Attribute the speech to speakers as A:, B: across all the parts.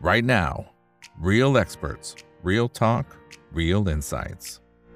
A: right now. Real experts, real talk, real insights.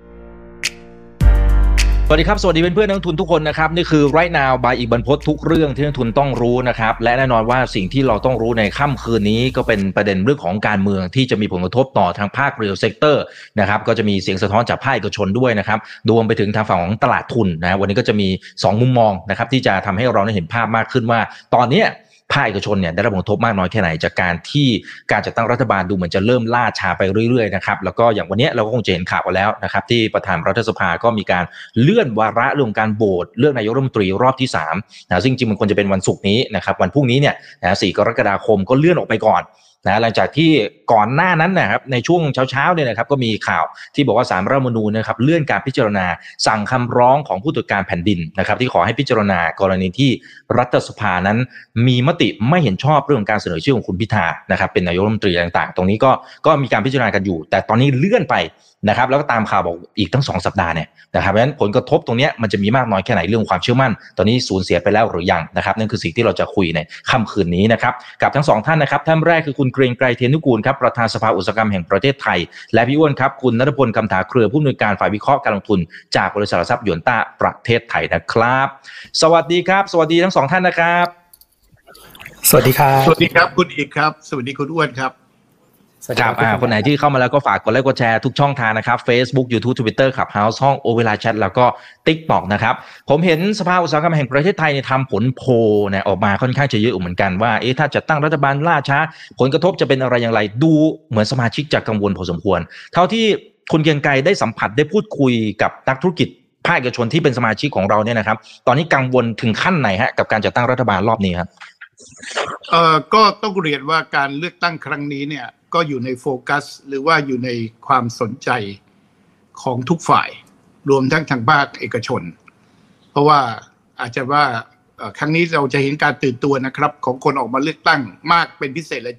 B: สวัสดีครับสวัสดีเพื่อนๆนักลงทุนทุกคนนะครับนี่คือ Right Now by อีกบรรพตทุกเรื่องที่นักลงทุนต้องรู้นะครับและแน่นอนว่าสิ่งที่เราต้องรู้ในค่ำคืนนี้ก็เป็นประเด็นเรื่องของการเมืองที่จะมีผลกระทบต่อทางภาค Real Sector นะครับก็จะมีเสียงสะท้อนจากภาคเอกชนด้วยนะครับรวมไปถึงทางฝั่งของตลาดทุนนะวันนี้ก็จะมี2มุมมองนะครับที่จะทำให้เราได้เห็นภาพมากขึ้นว่าตอนนี้ภาคเอกชนเนี่ยได้รับผลกระทบมากน้อยแค่ไหนจากการที่การจัดตั้งรัฐบาลดูเหมือนจะเริ่มล่าช้าไปเรื่อยๆนะครับแล้วก็อย่างวันนี้เราก็คงจะเห็นข่าวกันแล้วนะครับที่ประธานรัฐสภาก็มีการเลื่อนวาระเรื่องการโหวตเลือกนายกรัฐมนตรีรอบที่3นะซึ่งจริงมันควรจะเป็นวันศุกร์นี้นะครับวันพรุ่งนี้เนี่ย4 กรกฎาคมก็เลื่อนออกไปก่อนนะหลังจากที่ก่อนหน้านั้นนะครับในช่วงเช้าๆเนี่ยนะครับก็มีข่าวที่บอกว่าศาลรัฐธรรมนูญนะครับเลื่อนการพิจารณาสั่งคำร้องของผู้ตรวจการแผ่นดินนะครับที่ขอให้พิจารณากรณีที่รัฐสภานั้นมีมติไม่เห็นชอบเรื่องการเสนอชื่อของคุณพิธานะครับเป็นนายกรัฐมนตรีต่างๆตรงนี้ก็มีการพิจารณากันอยู่แต่ตอนนี้เลื่อนไปนะครับแล้วก็ตามข่าวบอกอีกทั้ง2 สัปดาห์เนี่ยนะครับเพราะฉะนั้นผลกระทบตรงนี้มันจะมีมากน้อยแค่ไหนเรื่องความเชื่อมั่นตอนนี้สูญเสียไปแล้วหรือยังนะครับนั่นคือสิ่งที่เราจะคุยในค่ำคืนนี้นะครับกับทั้ง2ท่านนะครับท่านแรกคือคุณเกรียงไกรเทียนนุกูลครับประธานสภาอุตสาหกรรมแห่งประเทศไทยและพี่อ้วนครับคุณณัฐพลคำถาเครือผู้อำนวยการฝ่ายวิเคราะห์การลงทุนจากบริษัทหลักทรัพย์หยวนต้าประเทศไทยนะครับสวัสดีครับสวัสดีทั้ง2ท่านนะครับ
C: สวัสดีครับ
D: สวัสดีครับคุณอีกครับสวัสดีคุณอ้วนครับ
B: ครับคนไหนที่เข้ามาแล้วก็ฝากกดไลค์กดแชร์ทุกช่องทางนะครับ Facebook YouTube Twitter Clubhouse ห้อง Overlay Chat แล้วก็ TikTok นะครับผมเห็นสภาอุตสาหกรรมแห่งประเทศไทยเนี่ยทำผลโพลเนี่ยออกมาค่อนข้างจะเยอะเหมือนกันว่าถ้าจะตั้งรัฐบาลล่าช้าผลกระทบจะเป็นอะไรอย่างไรดูเหมือนสมาชิกจะกังวลพอสมควรเท่าที่คุณเกรียงไกรได้สัมผัสได้พูดคุยกับนักธุรกิจภาคเอกชนที่เป็นสมาชิกของเราเนี่ยนะครับตอนนี้กังวลถึงขั้นไหนฮะกับการจัดตั้งรัฐบาลรอบนี้ครับ
D: ก็ต้องเรียนว่าการเลือกตั้งครั้งนี้เนี่ยก็อยู่ในโฟกัสหรือว่าอยู่ในความสนใจของทุกฝ่ายรวมทั้งทางภาคเอกชนเพราะว่าอาจจะว่าครั้งนี้เราจะเห็นการตื่นตัวนะครับของคนออกมาเลือกตั้งมากเป็นพิเศษเลย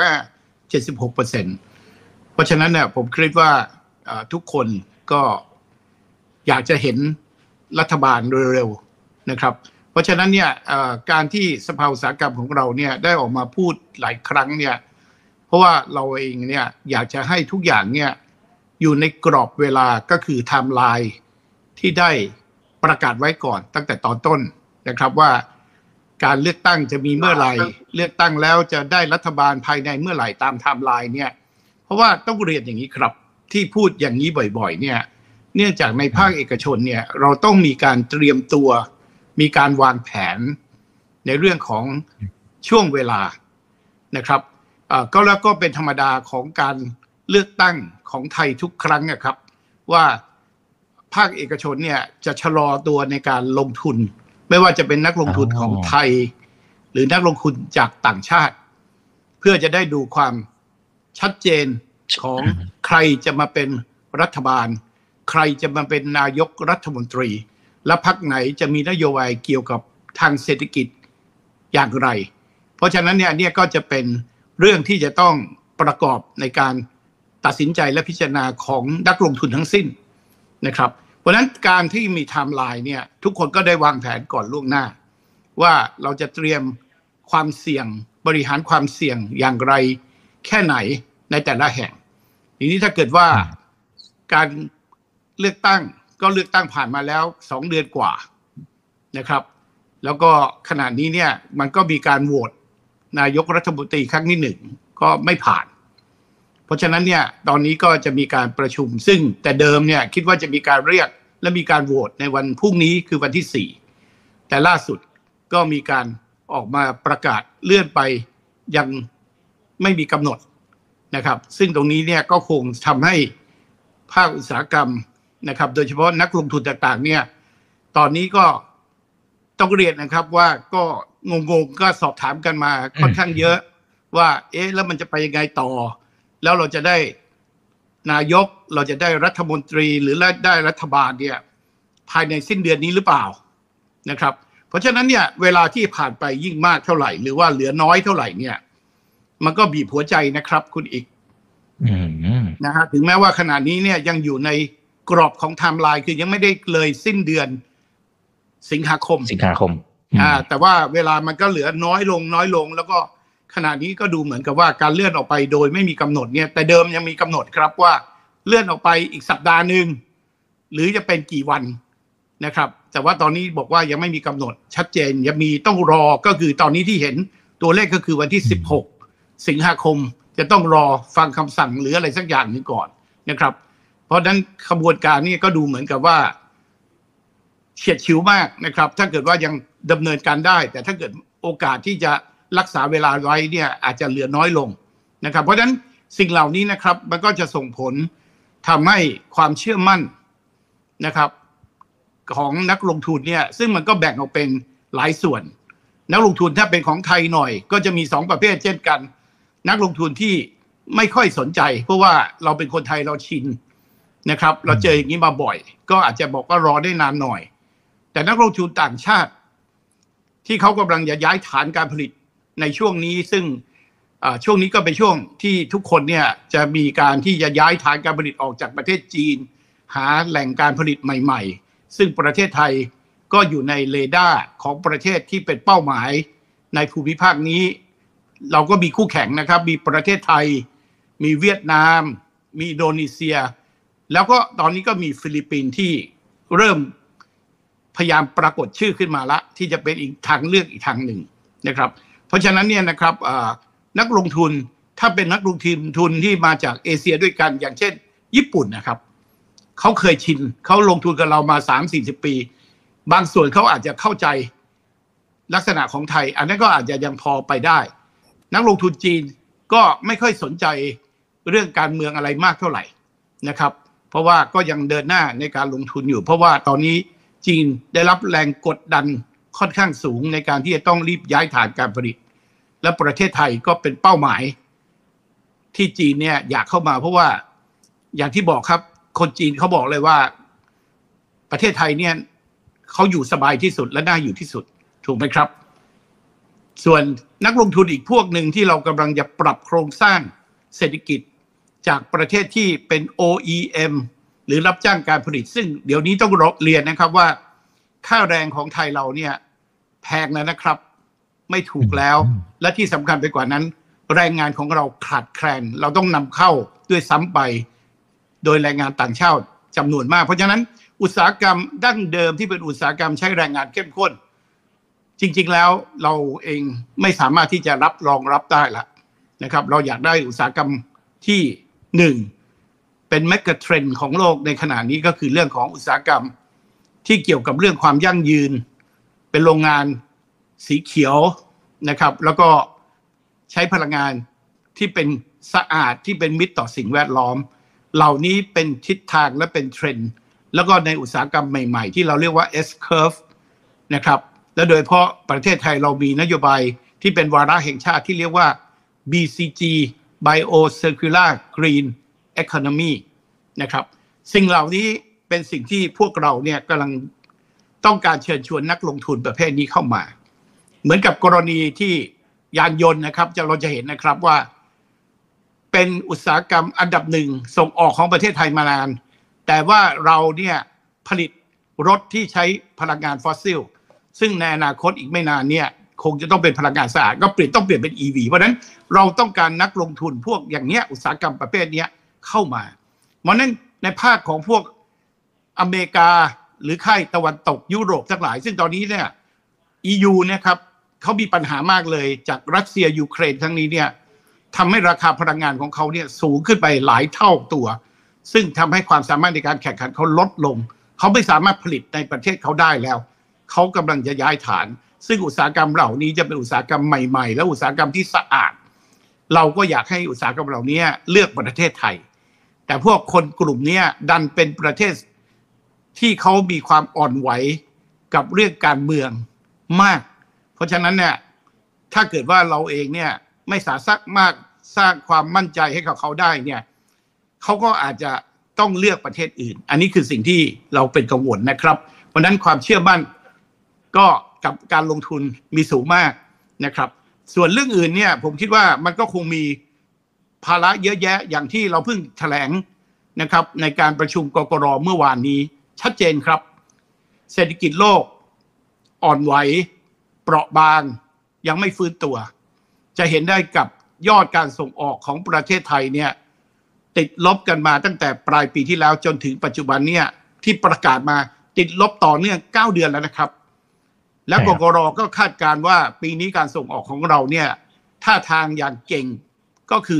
D: 76%เพราะฉะนั้นเนี่ยผมคิดว่าทุกคนก็อยากจะเห็นรัฐบาลเร็วๆนะครับเพราะฉะนั้นเนี่ยการที่สภาอุตสาหกรรมของเราเนี่ยได้ออกมาพูดหลายครั้งเนี่ยเพราะว่าเราเองเนี่ยอยากจะให้ทุกอย่างเนี่ยอยู่ในกรอบเวลาก็คือไทม์ไลน์ที่ได้ประกาศไว้ก่อนตั้งแต่ตอนต้นนะครับว่าการเลือกตั้งจะมีเมื่อไหร่เลือกตั้งแล้วจะได้รัฐบาลภายในเมื่อไหร่ตามไทม์ไลน์เนี่ยเพราะว่าต้องเรียนอย่างนี้ครับที่พูดอย่างนี้บ่อยๆเนี่ยเนื่องจากในภาคเอกชนเนี่ยเราต้องมีการเตรียมตัวมีการวางแผนในเรื่องของช่วงเวลานะครับก็แล้วก็เป็นธรรมดาของการเลือกตั้งของไทยทุกครั้งนะครับว่าภาคเอกชนเนี่ยจะชะลอตัวในการลงทุนไม่ว่าจะเป็นนักลงทุนของไทยหรือนักลงทุนจากต่างชาติเพื่อจะได้ดูความชัดเจนของใครจะมาเป็นรัฐบาลใครจะมาเป็นนายกรัฐมนตรีและพรรคไหนจะมีนโยบายเกี่ยวกับทางเศรษฐกิจอย่างไรเพราะฉะนั้นเนี่ยก็จะเป็นเรื่องที่จะต้องประกอบในการตัดสินใจและพิจารณาของนักลงทุนทั้งสิ้นนะครับเพราะฉะนั้นการที่มีไทม์ไลน์เนี่ยทุกคนก็ได้วางแผนก่อนล่วงหน้าว่าเราจะเตรียมความเสี่ยงบริหารความเสี่ยงอย่างไรแค่ไหนในแต่ละแห่งทีนี้ถ้าเกิดว่าการเลือกตั้งก็เลือกตั้งผ่านมาแล้ว2 เดือนกว่านะครับแล้วก็ขณะนี้เนี่ยมันก็มีการโหวตนายกรัฐมนตรีครั้งที่1ก็ไม่ผ่านเพราะฉะนั้นเนี่ยตอนนี้ก็จะมีการประชุมซึ่งแต่เดิมเนี่ยคิดว่าจะมีการเรียกและมีการโหวตในวันพรุ่งนี้คือวันที่4แต่ล่าสุดก็มีการออกมาประกาศเลื่อนไปยังไม่มีกำหนดนะครับซึ่งตรงนี้เนี่ยก็คงทำให้ภาคอุตสาหกรรมนะครับโดยเฉพาะนักลงทุนต่างๆเนี่ยตอนนี้ก็ต้องเรียนนะครับว่าก็งงๆก็สอบถามกันมาค่อนข้างเยอะว่าแล้วมันจะไปยังไงต่อแล้วเราจะได้นายกเราจะได้รัฐมนตรีหรือได้รัฐบาลเนี่ยภายในสิ้นเดือนนี้หรือเปล่านะครับเพราะฉะนั้นเนี่ยเวลาที่ผ่านไปยิ่งมากเท่าไหร่หรือว่าเหลือน้อยเท่าไหร่เนี่ยมันก็บีบหัวใจนะครับคุณอีกนะฮะถึงแม้ว่าขณะนี้เนี่ยยังอยู่ในกรอบของไทม์ไลน์คือยังไม่ได้เลยสิ้นเดือนสิงหาคม
B: แต่ว่า
D: เวลามันก็เหลือน้อยลงแล้วก็ขณะนี้ก็ดูเหมือนกับว่าการเลื่อนออกไปโดยไม่มีกำหนดเนี่ยแต่เดิมยังมีกำหนดครับว่าเลื่อนออกไปอีกสัปดาห์นึงหรือจะเป็นกี่วันนะครับแต่ว่าตอนนี้บอกว่ายังไม่มีกำหนดชัดเจนยังมีต้องรอก็คือตอนนี้ที่เห็นตัวเลขก็คือวันที่16สิงหาคมจะต้องรอฟังคำสั่งหรืออะไรสักอย่างนึงก่อนนะครับเพราะฉะนั้นขบวนการนี้ก็ดูเหมือนกับว่าเฉียดฉิวมากนะครับถ้าเกิดว่ายังดำเนินการได้แต่ถ้าเกิดโอกาสที่จะรักษาเวลาไว้เนี่ยอาจจะเหลือน้อยลงนะครับเพราะฉะนั้นสิ่งเหล่านี้นะครับมันก็จะส่งผลทำให้ความเชื่อมั่นนะครับของนักลงทุนเนี่ยซึ่งมันก็แบ่งออกเป็นหลายส่วนนักลงทุนถ้าเป็นของไทยหน่อยก็จะมี2ประเภทเช่นกันนักลงทุนที่ไม่ค่อยสนใจเพราะว่าเราเป็นคนไทยเราชินนะครับเราเจออย่างนี้มาบ่อยก็อาจจะบอกว่ารอได้นานหน่อยแต่นักลงทุนต่างชาติที่เขากำลังจะย้ายฐานการผลิตในช่วงนี้ซึ่งช่วงนี้ก็เป็นช่วงที่ทุกคนเนี่ยจะมีการที่จะย้ายฐานการผลิตออกจากประเทศจีนหาแหล่งการผลิตใหม่ๆซึ่งประเทศไทยก็อยู่ในเรดาร์ของประเทศที่เป็นเป้าหมายในภูมิภาคนี้เราก็มีคู่แข่งนะครับมีประเทศไทยมีเวียดนามมีอินโดนีเซียแล้วก็ตอนนี้ก็มีฟิลิปปินส์ที่เริ่มพยายามปรากฏชื่อขึ้นมาละที่จะเป็นอีกทางเลือกอีกทางหนึ่งนะครับเพราะฉะนั้นเนี่ยนะครับนักลงทุนถ้าเป็นนักลงทุนที่มาจากเอเชียด้วยกันอย่างเช่นญี่ปุ่นนะครับเขาเคยชินเขาลงทุนกับเรามา 3-40 ปีบางส่วนเขาอาจจะเข้าใจลักษณะของไทยอันนั้นก็อาจจะยังพอไปได้นักลงทุนจีนก็ไม่ค่อยสนใจเรื่องการเมืองอะไรมากเท่าไหร่นะครับเพราะว่าก็ยังเดินหน้าในการลงทุนอยู่เพราะว่าตอนนี้จีนได้รับแรงกดดันค่อนข้างสูงในการที่จะต้องรีบย้ายฐานการผลิตและประเทศไทยก็เป็นเป้าหมายที่จีนเนี่ยอยากเข้ามาเพราะว่าอย่างที่บอกครับคนจีนเขาบอกเลยว่าประเทศไทยเนี่ยเขาอยู่สบายที่สุดและน่าอยู่ที่สุดถูกไหมครับส่วนนักลงทุนอีกพวกหนึ่งที่เรากำลังจะปรับโครงสร้างเศรษฐกิจจากประเทศที่เป็น OEM หรือรับจ้างการผลิตซึ่งเดี๋ยวนี้ต้องเรียนนะครับว่าค่าแรงของไทยเราเนี่ยแพงแล้วนะครับไม่ถูกแล้วและที่สำคัญไปกว่านั้นแรงงานของเราขาดแคลนเราต้องนำเข้าด้วยซ้ำไปโดยแรงงานต่างชาติจำนวนมากเพราะฉะนั้นอุตสาหกรรมดั้งเดิมที่เป็นอุตสาหกรรมใช้แรงงานเข้มข้นจริงๆแล้วเราเองไม่สามารถที่จะรองรับได้ละนะครับเราอยากได้อุตสาหกรรมที่หนึ่งเป็นเมกะเทรนด์ของโลกในขณะนี้ก็คือเรื่องของอุตสาหกรรมที่เกี่ยวกับเรื่องความยั่งยืนเป็นโรงงานสีเขียวนะครับแล้วก็ใช้พลังงานที่เป็นสะอาดที่เป็นมิตรต่อสิ่งแวดล้อมเหล่านี้เป็นทิศทางและเป็นเทรนด์แล้วก็ในอุตสาหกรรมใหม่ๆที่เราเรียกว่า S curve นะครับและโดยเฉพาะประเทศไทยเรามีนโยบายที่เป็นวาระแห่งชาติที่เรียกว่า BCG Bio Circular Green Economy นะครับสิ่งเหล่านี้เป็นสิ่งที่พวกเราเนี่ยกำลังต้องการเชิญชวนนักลงทุนประเภทนี้เข้ามาเหมือนกับกรณีที่ยานยนต์นะครับเราจะเห็นนะครับว่าเป็นอุตสาหกรรมอันดับหนึ่งส่งออกของประเทศไทยมานานแต่ว่าเราเนี่ยผลิตรถที่ใช้พลังงานฟอสซิลซึ่งในอนาคตอีกไม่นานเนี่ยคงจะต้องเป็นพลังงานสะอาดก็ต้องเปลี่ยนเป็น EV เพราะฉะนั้นเราต้องการนักลงทุนพวกอย่างเนี้ยอุตสาหกรรมประเภทนี้เข้ามาเพราะนั้นในภาคของพวกอเมริกาหรือค่ายตะวันตกยุโรปทั้งหลายซึ่งตอนนี้เนี่ย EU เนี่ยครับเขามีปัญหามากเลยจากรัสเซียยูเครนทั้งนี้เนี่ยทำให้ราคาพลังงานของเขาเนี่ยสูงขึ้นไปหลายเท่าตัวซึ่งทำให้ความสามารถในการแข่งขันเขาลดลงเขาไม่สามารถผลิตในประเทศเขาได้แล้วเขากำลังจะย้ายฐานซึ่งอุตสาหกรรมเหล่านี้จะเป็นอุตสาหกรรมใหม่ๆและอุตสาหกรรมที่สะอาดเราก็อยากให้อุตสาหกรรมเหล่านี้เลือกประเทศไทยแต่พวกคนกลุ่มนี้ดันเป็นประเทศที่เขามีความอ่อนไหวกับเรื่องการเมืองมากเพราะฉะนั้นเนี่ยถ้าเกิดว่าเราเองเนี่ยไม่สามารถสร้างความมั่นใจให้กับเขาได้เนี่ยเขาก็อาจจะต้องเลือกประเทศอื่นอันนี้คือสิ่งที่เราเป็นกังวลนะครับเพราะฉะนั้นความเชื่อมั่นก็กับการลงทุนมีสูงมากนะครับส่วนเรื่องอื่นเนี่ยผมคิดว่ามันก็คงมีภาระเยอะแยะอย่างที่เราเพิ่งแถลงนะครับในการประชุมกกร.เมื่อวานนี้ชัดเจนครับเศรษฐกิจโลกอ่อนไหวเปราะบางยังไม่ฟื้นตัวจะเห็นได้กับยอดการส่งออกของประเทศไทยเนี่ยติดลบกันมาตั้งแต่ปลายปีที่แล้วจนถึงปัจจุบันเนี่ยที่ประกาศมาติดลบต่อเนื่อง9 เดือนแล้วนะครับและกกร.ก็คาดการณ์ว่าปีนี้การส่งออกของเราเนี่ยท่าทางอย่างเก่งก็คือ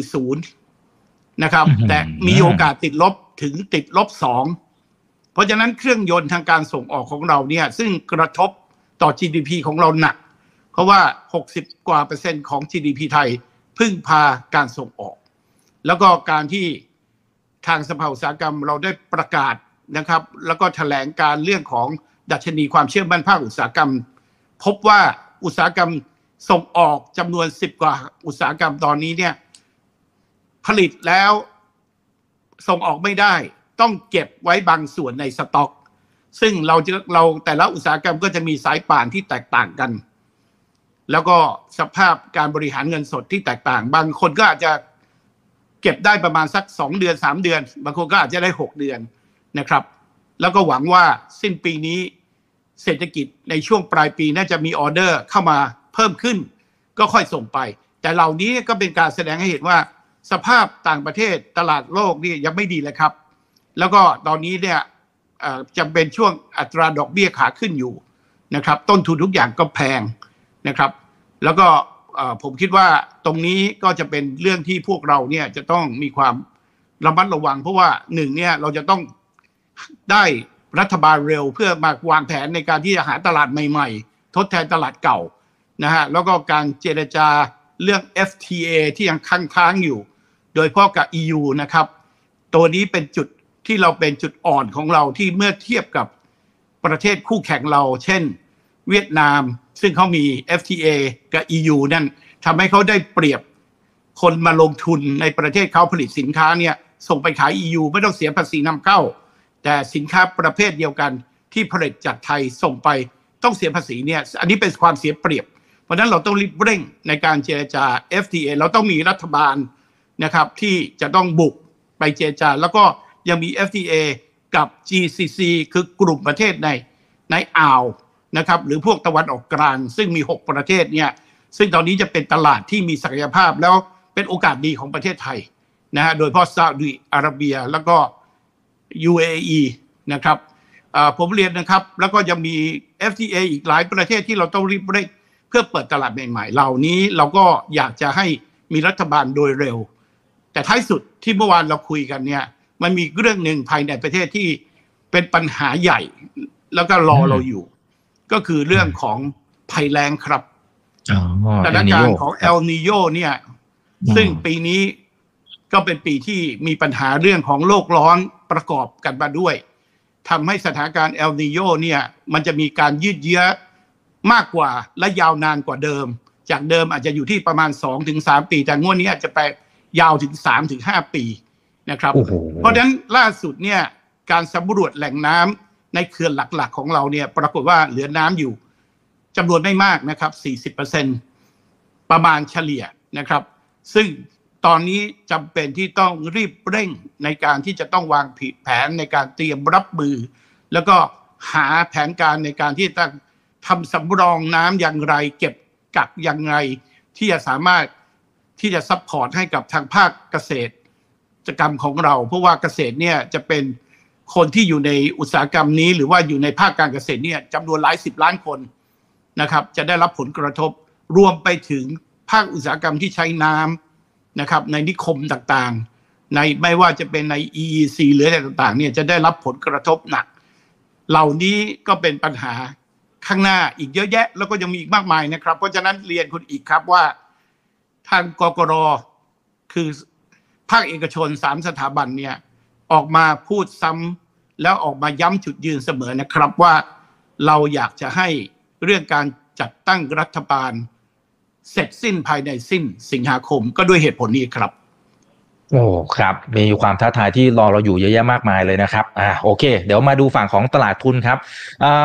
D: 0นะครับแต่มีโอกาสติดลบถึงติดลบ2เพราะฉะนั้นเครื่องยนต์ทางการส่งออกของเราเนี่ยซึ่งกระทบต่อ GDP ของเราหนักเพราะว่า60%กว่าของ GDP ไทยพึ่งพาการส่งออกแล้วก็การที่ทางสภาอุตสาหกรรมเราได้ประกาศนะครับแล้วก็แถลงการเรื่องของดัชนีความเชื่อมั่นภาคอุตสาหกรรมพบว่าอุตสาหกรรมส่งออกจำนวน10 กว่าอุตสาหกรรมตอนนี้เนี่ยผลิตแล้วส่งออกไม่ได้ต้องเก็บไว้บางส่วนในสต็อกซึ่งเราแต่ละอุตสาหกรรมก็จะมีสายป่านที่แตกต่างกันแล้วก็สภาพการบริหารเงินสดที่แตกต่างบางคนก็อาจจะเก็บได้ประมาณสัก2 เดือน3 เดือนบางคนก็อาจจะได้6 เดือนนะครับแล้วก็หวังว่าสิ้นปีนี้เศรษฐกิจในช่วงปลายปีน่าจะมีออเดอร์เข้ามาเพิ่มขึ้นก็ค่อยส่งไปแต่เหล่านี้ก็เป็นการแสดงให้เห็นว่าสภาพต่างประเทศตลาดโลกนี่ยังไม่ดีเลยครับแล้วก็ตอนนี้เนี่ยจะเป็นช่วงอัตราดอกเบี้ยขาขึ้นอยู่นะครับต้นทุนทุกอย่างก็แพงนะครับแล้วก็ผมคิดว่าตรงนี้ก็จะเป็นเรื่องที่พวกเราเนี่ยจะต้องมีความระมัดระวังเพราะว่า1เนี่ยเราจะต้องได้รัฐบาลเร็วเพื่อมาวางแผนในการที่จะหาตลาดใหม่ๆทดแทนตลาดเก่านะฮะแล้วก็การเจรจาเรื่อง FTA ที่ยังค้างอยู่โดยเฉพาะกับ EU นะครับตัวนี้เป็นจุดที่เราเป็นจุดอ่อนของเราที่เมื่อเทียบกับประเทศคู่แข่งเราเช่นเวียดนามซึ่งเขามี FTA กับ EU นั่นทำให้เขาได้เปรียบคนมาลงทุนในประเทศเขาผลิตสินค้าเนี่ยส่งไปขาย EU ไม่ต้องเสียภาษีนำเข้าแต่สินค้าประเภทเดียวกันที่ผลิตจากไทยส่งไปต้องเสียภาษีเนี่ยอันนี้เป็นความเสียเปรียบเพราะฉะนั้นเราต้องรีบเร่งในการเจรจา FTA เราต้องมีรัฐบาลนะครับที่จะต้องบุกไปเจรจาแล้วก็ยังมี FTA กับ GCC คือกลุ่มประเทศในอ่าวนะครับหรือพวกตะวันออกกลางซึ่งมี6 ประเทศเนี่ยซึ่งตอนนี้จะเป็นตลาดที่มีศักยภาพแล้วเป็นโอกาสดีของประเทศไทยนะฮะโดยเฉพาะซาอุดิอาระเบียแล้วก็ UAE นะครับผมเรียนนะครับแล้วก็ยังมี FTA อีกหลายประเทศที่เราต้องรีบเร่งเพื่อเปิดตลาดใหม่ๆเหล่านี้เราก็อยากจะให้มีรัฐบาลโดยเร็วแต่ท้ายสุดที่เมื่อวานเราคุยกันเนี่ยมันมีเรื่องหนึ่งภายในประเทศที่เป็นปัญหาใหญ่แล้วก็รอเราอยู่ก็คือเรื่องของภัยแล้งครับสถานการณ์ของเอลนีโญเนี่ยซึ่งปีนี้ก็เป็นปีที่มีปัญหาเรื่องของโลกร้อนประกอบกันมาด้วยทำให้สถานการณ์เอลนีโญเนี่ยมันจะมีการยืดเยื้อมากกว่าและยาวนานกว่าเดิมจากเดิมอาจจะอยู่ที่ประมาณ 2-3 ปีแต่งวดนี้อาจจะไปยาวถึง 3-5 ปีนะครับเพราะฉะนั้นล่าสุดเนี่ยการสำรวจแหล่งน้ำในเขื่อนหลักๆของเราเนี่ยปรากฏว่าเหลือน้ำอยู่จำนวนไม่มากนะครับ 40% ประมาณเฉลี่ยนะครับซึ่งตอนนี้จำเป็นที่ต้องรีบเร่งในการที่จะต้องวางแผนในการเตรียมรับมือแล้วก็หาแผนการในการที่จะทำสำรองน้ำอย่างไรเก็บกักอย่างไรที่จะสามารถที่จะซัพพอร์ตให้กับทางภาคเกษตรกรรมของเราเพราะว่าเกษตรเนี่ยจะเป็นคนที่อยู่ในอุตสาหกรรมนี้หรือว่าอยู่ในภาคการเกษตรเนี่ยจำนวนหลาย10 ล้านคนนะครับจะได้รับผลกระทบรวมไปถึงภาคอุตสาหกรรมที่ใช้น้ำนะครับในนิคมต่างๆในไม่ว่าจะเป็นใน EEC หรืออะไรต่างๆเนี่ยจะได้รับผลกระทบหนักเหล่านี้ก็เป็นปัญหาข้างหน้าอีกเยอะแยะแล้วก็ยังมีอีกมากมายนะครับเพราะฉะนั้นเรียนคุณอีกครับว่าทางกกร.คือภาคเอกชน3 สถาบันเนี่ยออกมาพูดซ้ำแล้วออกมาย้ำจุดยืนเสมอนะครับว่าเราอยากจะให้เรื่องการจัดตั้งรัฐบาลเสร็จสิ้นภายในสิ้นสิงหาคมก็ด้วยเหตุผลนี้ครับ
B: โอ้ครับมีความท้าทายที่รอเราอยู่เยอะแยะมากมายเลยนะครับโอเคเดี๋ยวมาดูฝั่งของตลาดทุนครับ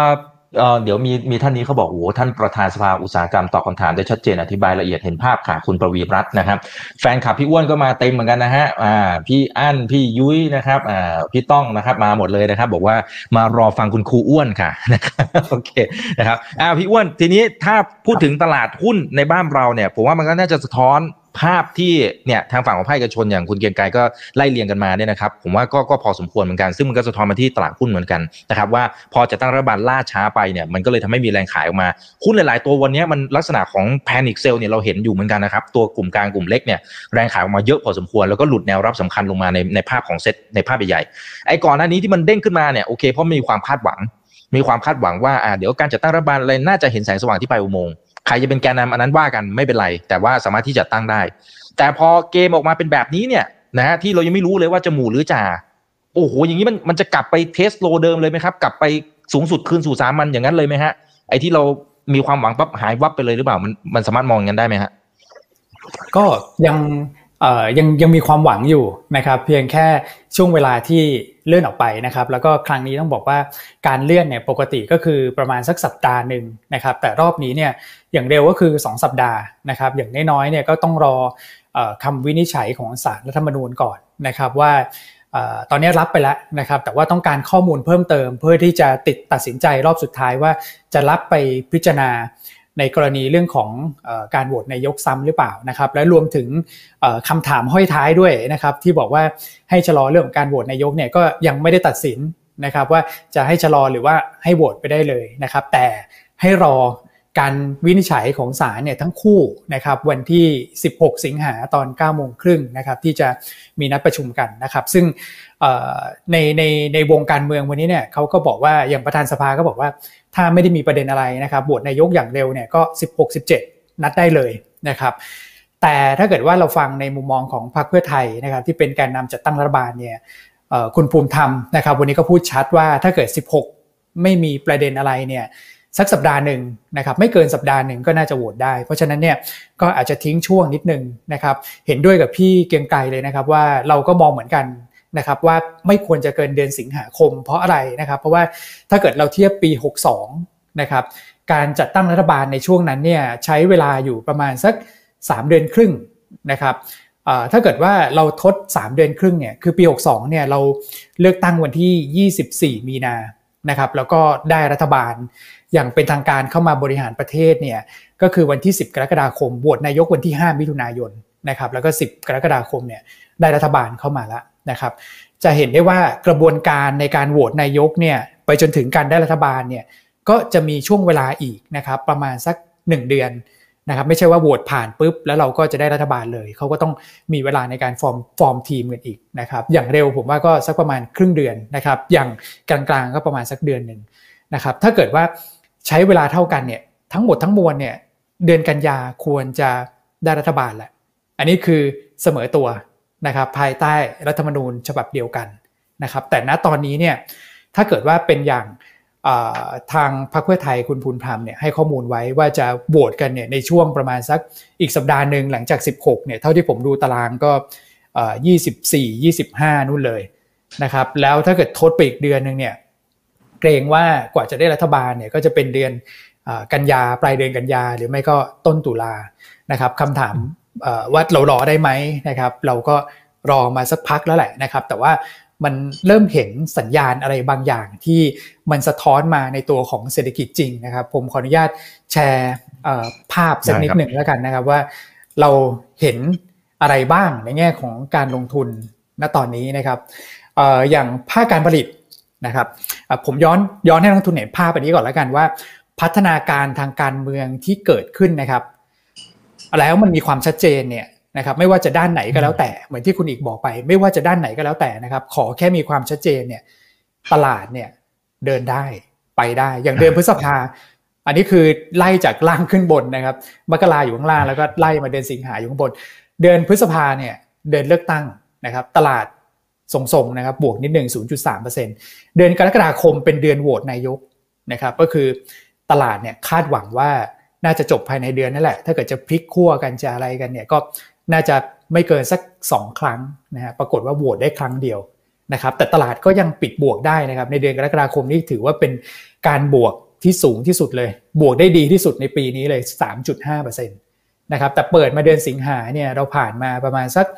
B: เดี๋ยวมีท่านนี้เขาบอกโอ้ท่านประธานสภาอุตสาหกรรมตอบคำถามได้ชัดเจนอธิบายละเอียดเห็นภาพค่ะคุณประวีรัตน์นะครับแฟนคลับพี่อ้วนก็มาเต็มเหมือนกันนะฮะพี่อั้นพี่ยุ้ยนะครับพี่ต้องนะครับมาหมดเลยนะครับบอกว่ามารอฟังคุณครูอ้วนค่ะนะครับโอเคนะครับพี่อ้วนทีนี้ถ้าพูดถึงตลาดหุ้นในบ้านเราเนี่ยผมว่ามันก็น่าจะสะท้อนภาพที่เนี่ยทางฝั่งของภาคเอกชนอย่างคุณเกรียงไกรก็ไล่เรียงกันมาเนี่ยนะครับผมว่าก็พอสมควรเหมือนกันซึ่งมันก็สะท้อนมาที่ตลาดหุ้นเหมือนกันนะครับว่าพอจะตั้งรัฐบาลล่าช้าไปเนี่ยมันก็เลยทำให้มีแรงขายออกมาหุ้นหลายๆตัววันนี้มันลักษณะของ panic sell เนี่ยเราเห็นอยู่เหมือนกันนะครับตัวกลุ่มกลางกลุ่มเล็กเนี่ยแรงขายออกมาเยอะพอสมควรแล้วก็หลุดแนวรับสำคัญลงมาในภาพของเซ็ตในภาพใหญ่ๆไอ้ก่อนหน้านี้ที่มันเด้งขึ้นมาเนี่ยโอเคเพราะมีความคาดหวังว่าเดี๋ยวการจัดตั้งรัฐบาลอะไรน่าจะเห็นแสงสว่างที่ปลายอุโมงค์ใครจะเป็นแกนนำอันนั้นว่ากันไม่เป็นไรแต่ว่าสามารถที่จะตั้งได้แต่พอเกมออกมาเป็นแบบนี้เนี่ยนะฮะที่เรายังไม่รู้เลยว่าจะหมู่หรือจ่าโอ้โหอย่างนี้มันจะกลับไปเทสโลเดิมเลยไหมครับกลับไปสูงสุดคืนสู่สามัญอย่างนั้นเลยไหมฮะไอ้ที่เรามีความหวังปั๊บหายวับไปเลยหรือเปล่ามันสามารถมองกันได้ไหมฮะ
C: ก็ยังมีความหวังอยู่นะครับเพียงแค่ช่วงเวลาที่เลื่อนออกไปนะครับแล้วก็ครั้งนี้ต้องบอกว่าการเลื่อนเนี่ยปกติก็คือประมาณสักสัปดาห์นึงนะครับแต่รอบนี้เนี่ยอย่างเร็วก็คือ2สัปดาห์นะครับอย่างน้อยๆเนี่ยก็ต้องรอคำวินิจฉัยของศาลรัฐธรรมนูญก่อนนะครับว่าตอนนี้รับไปแล้วนะครับแต่ว่าต้องการข้อมูลเพิ่มเติมเพื่อที่จะตัดสินใจรอบสุดท้ายว่าจะรับไปพิจารณาในกรณีเรื่องของการโหวตนายกซ้ำหรือเปล่านะครับและรวมถึงคำถามห้อยท้ายด้วยนะครับที่บอกว่าให้ชะลอเรื่องของการโหวตนายกเนี่ยก็ยังไม่ได้ตัดสินนะครับว่าจะให้ชะลอหรือว่าให้โหวตไปได้เลยนะครับแต่ให้รอการวินิจฉัยของศาลเนี่ยทั้งคู่นะครับวันที่16สิงหาตอน 9:30 นนะครับที่จะมีนัดประชุมกันนะครับซึ่งในวงการเมืองวันนี้เนี่ยเขาก็บอกว่าอย่างประธานสภาก็บอกว่าถ้าไม่ได้มีประเด็นอะไรนะครับโหวตนายกอย่างเร็วเนี่ยก็16-17นัดได้เลยนะครับแต่ถ้าเกิดว่าเราฟังในมุมมองของพรรคเพื่อไทยนะครับที่เป็นแกนนำจัดตั้งรัฐบาลเนี่ยคุณภูมิธรรมนะครับวันนี้ก็พูดชัดว่าถ้าเกิด16ไม่มีประเด็นอะไรเนี่ยสักสัปดาห์หนึ่งนะครับไม่เกินสัปดาห์หนึ่งก็น่าจะโหวตได้เพราะฉะนั้นเนี่ยก็อาจจะทิ้งช่วงนิดนึงนะครับเห็นด้วยกับพี่เกรียงไกรเลยนะครับว่าเราก็มองเหมือนกันนะครับว่าไม่ควรจะเกินเดือนสิงหาคมเพราะอะไรนะครับเพราะว่าถ้าเกิดเราเทียบปี62นะครับการจัดตั้งรัฐบาลในช่วงนั้นเนี่ยใช้เวลาอยู่ประมาณสัก3เดือนครึ่งนะครับถ้าเกิดว่าเราทด3เดือนครึ่งเนี่ยคือปี62เนี่ยเราเลือกตั้งวันที่24มีนานะครับแล้วก็ได้รัฐบาลอย่างเป็นทางการเข้ามาบริหารประเทศเนี่ยก็คือวันที่10กรกฎาคมโหวตนายกวันที่5มิถุนายนนะครับแล้วก็10กรกฎาคมเนี่ยได้รัฐบาลเข้ามาแล้วนะครับจะเห็นได้ว่ากระบวนการในการโหวตนายกเนี่ยไปจนถึงการได้รัฐบาลเนี่ยก็จะมีช่วงเวลาอีกนะครับประมาณสัก1เดือนนะครับไม่ใช่ว่าโหวตผ่านปุ๊บแล้วเราก็จะได้รัฐบาลเลยเขาก็ต้องมีเวลาในการฟอร์มทีมกันอีกนะครับอย่างเร็วผมว่าก็สักประมาณครึ่งเดือนนะครับอย่างกลางๆก็ประมาณสักเดือนนึงนะครับถ้าเกิดว่าใช้เวลาเท่ากันเนี่ยทั้งหมดทั้งมวลเนี่ยเดือนกันยาควรจะได้รัฐบาลแหละอันนี้คือเสมอตัวนะครับภายใต้รัฐธรรมนูญฉบับเดียวกันนะครับแต่ณตอนนี้เนี่ยถ้าเกิดว่าเป็นอย่างทางพรรคเพื่อไทยคุณภูมิธรรมเนี่ยให้ข้อมูลไว้ว่าจะโหวตกันเนี่ยในช่วงประมาณสักอีกสัปดาห์นึงหลังจาก16เนี่ยเท่าที่ผมดูตารางก็24-25นู่นเลยนะครับแล้วถ้าเกิดทดไปอีกเดือนนึงเนี่ยเกรงว่ากว่าจะได้รัฐบาลเนี่ยก็จะเป็นเดือนกันยาปลายเดือนกันยาหรือไม่ก็ต้นตุลานะครับคำถามว่าเรารอได้ไหมนะครับเราก็รอมาสักพักแล้วแหละนะครับแต่ว่ามันเริ่มเห็นสัญญาณอะไรบางอย่างที่มันสะท้อนมาในตัวของเศรษฐกิจจริงนะครับผมขออนุญาตแชร์ภาพสักนิดหนึ่งแล้วกันนะครับว่าเราเห็นอะไรบ้างในแง่ของการลงทุนณตอนนี้นะครับอย่างภาคการผลิตนะครับผมย้อนให้นักลงทุนเห็นภาพอันนี้ก่อนแล้วกันว่าพัฒนาการทางการเมืองที่เกิดขึ้นนะครับแล้วมันมีความชัดเจนเนี่ยนะครับไม่ว่าจะด้านไหนก็แล้วแต่เหมือนที่คุณอีกบอกไปไม่ว่าจะด้านไหนก็แล้วแต่นะครับขอแค่มีความชัดเจนเนี่ยตลาดเนี่ยเดินได้ไปได้อย่างเดือนพฤษภาอันนี้คือไล่จากล่างขึ้นบนนะครับมกราอยู่ข้างล่างแล้วก็ไล่มาเดือนสิงหาอยู่ข้างบนเดือนพฤษภาเนี่ยเดินเลือกตั้งนะครับตลาดส่งนะครับบวกนิดนึง 0.3% เดือนกรกฎาคมเป็นเดือนโหวตนายกนะครับก็คือตลาดเนี่ยคาดหวังว่าน่าจะจบภายในเดือนนั่นแหละถ้าเกิดจะพลิกขั้วกันจะอะไรกันเนี่ยก็น่าจะไม่เกินสัก2ครั้งนะฮะปรากฏว่าโหวตได้ครั้งเดียวนะครับแต่ตลาดก็ยังปิดบวกได้นะครับในเดือนกรกฎาคมนี่ถือว่าเป็นการบวกที่สูงที่สุดเลยบวกได้ดีที่สุดในปีนี้เลย 3.5% นะครับแต่เปิดมาเดือนสิงหาเนี่ยเราผ่านมาประมาณสัก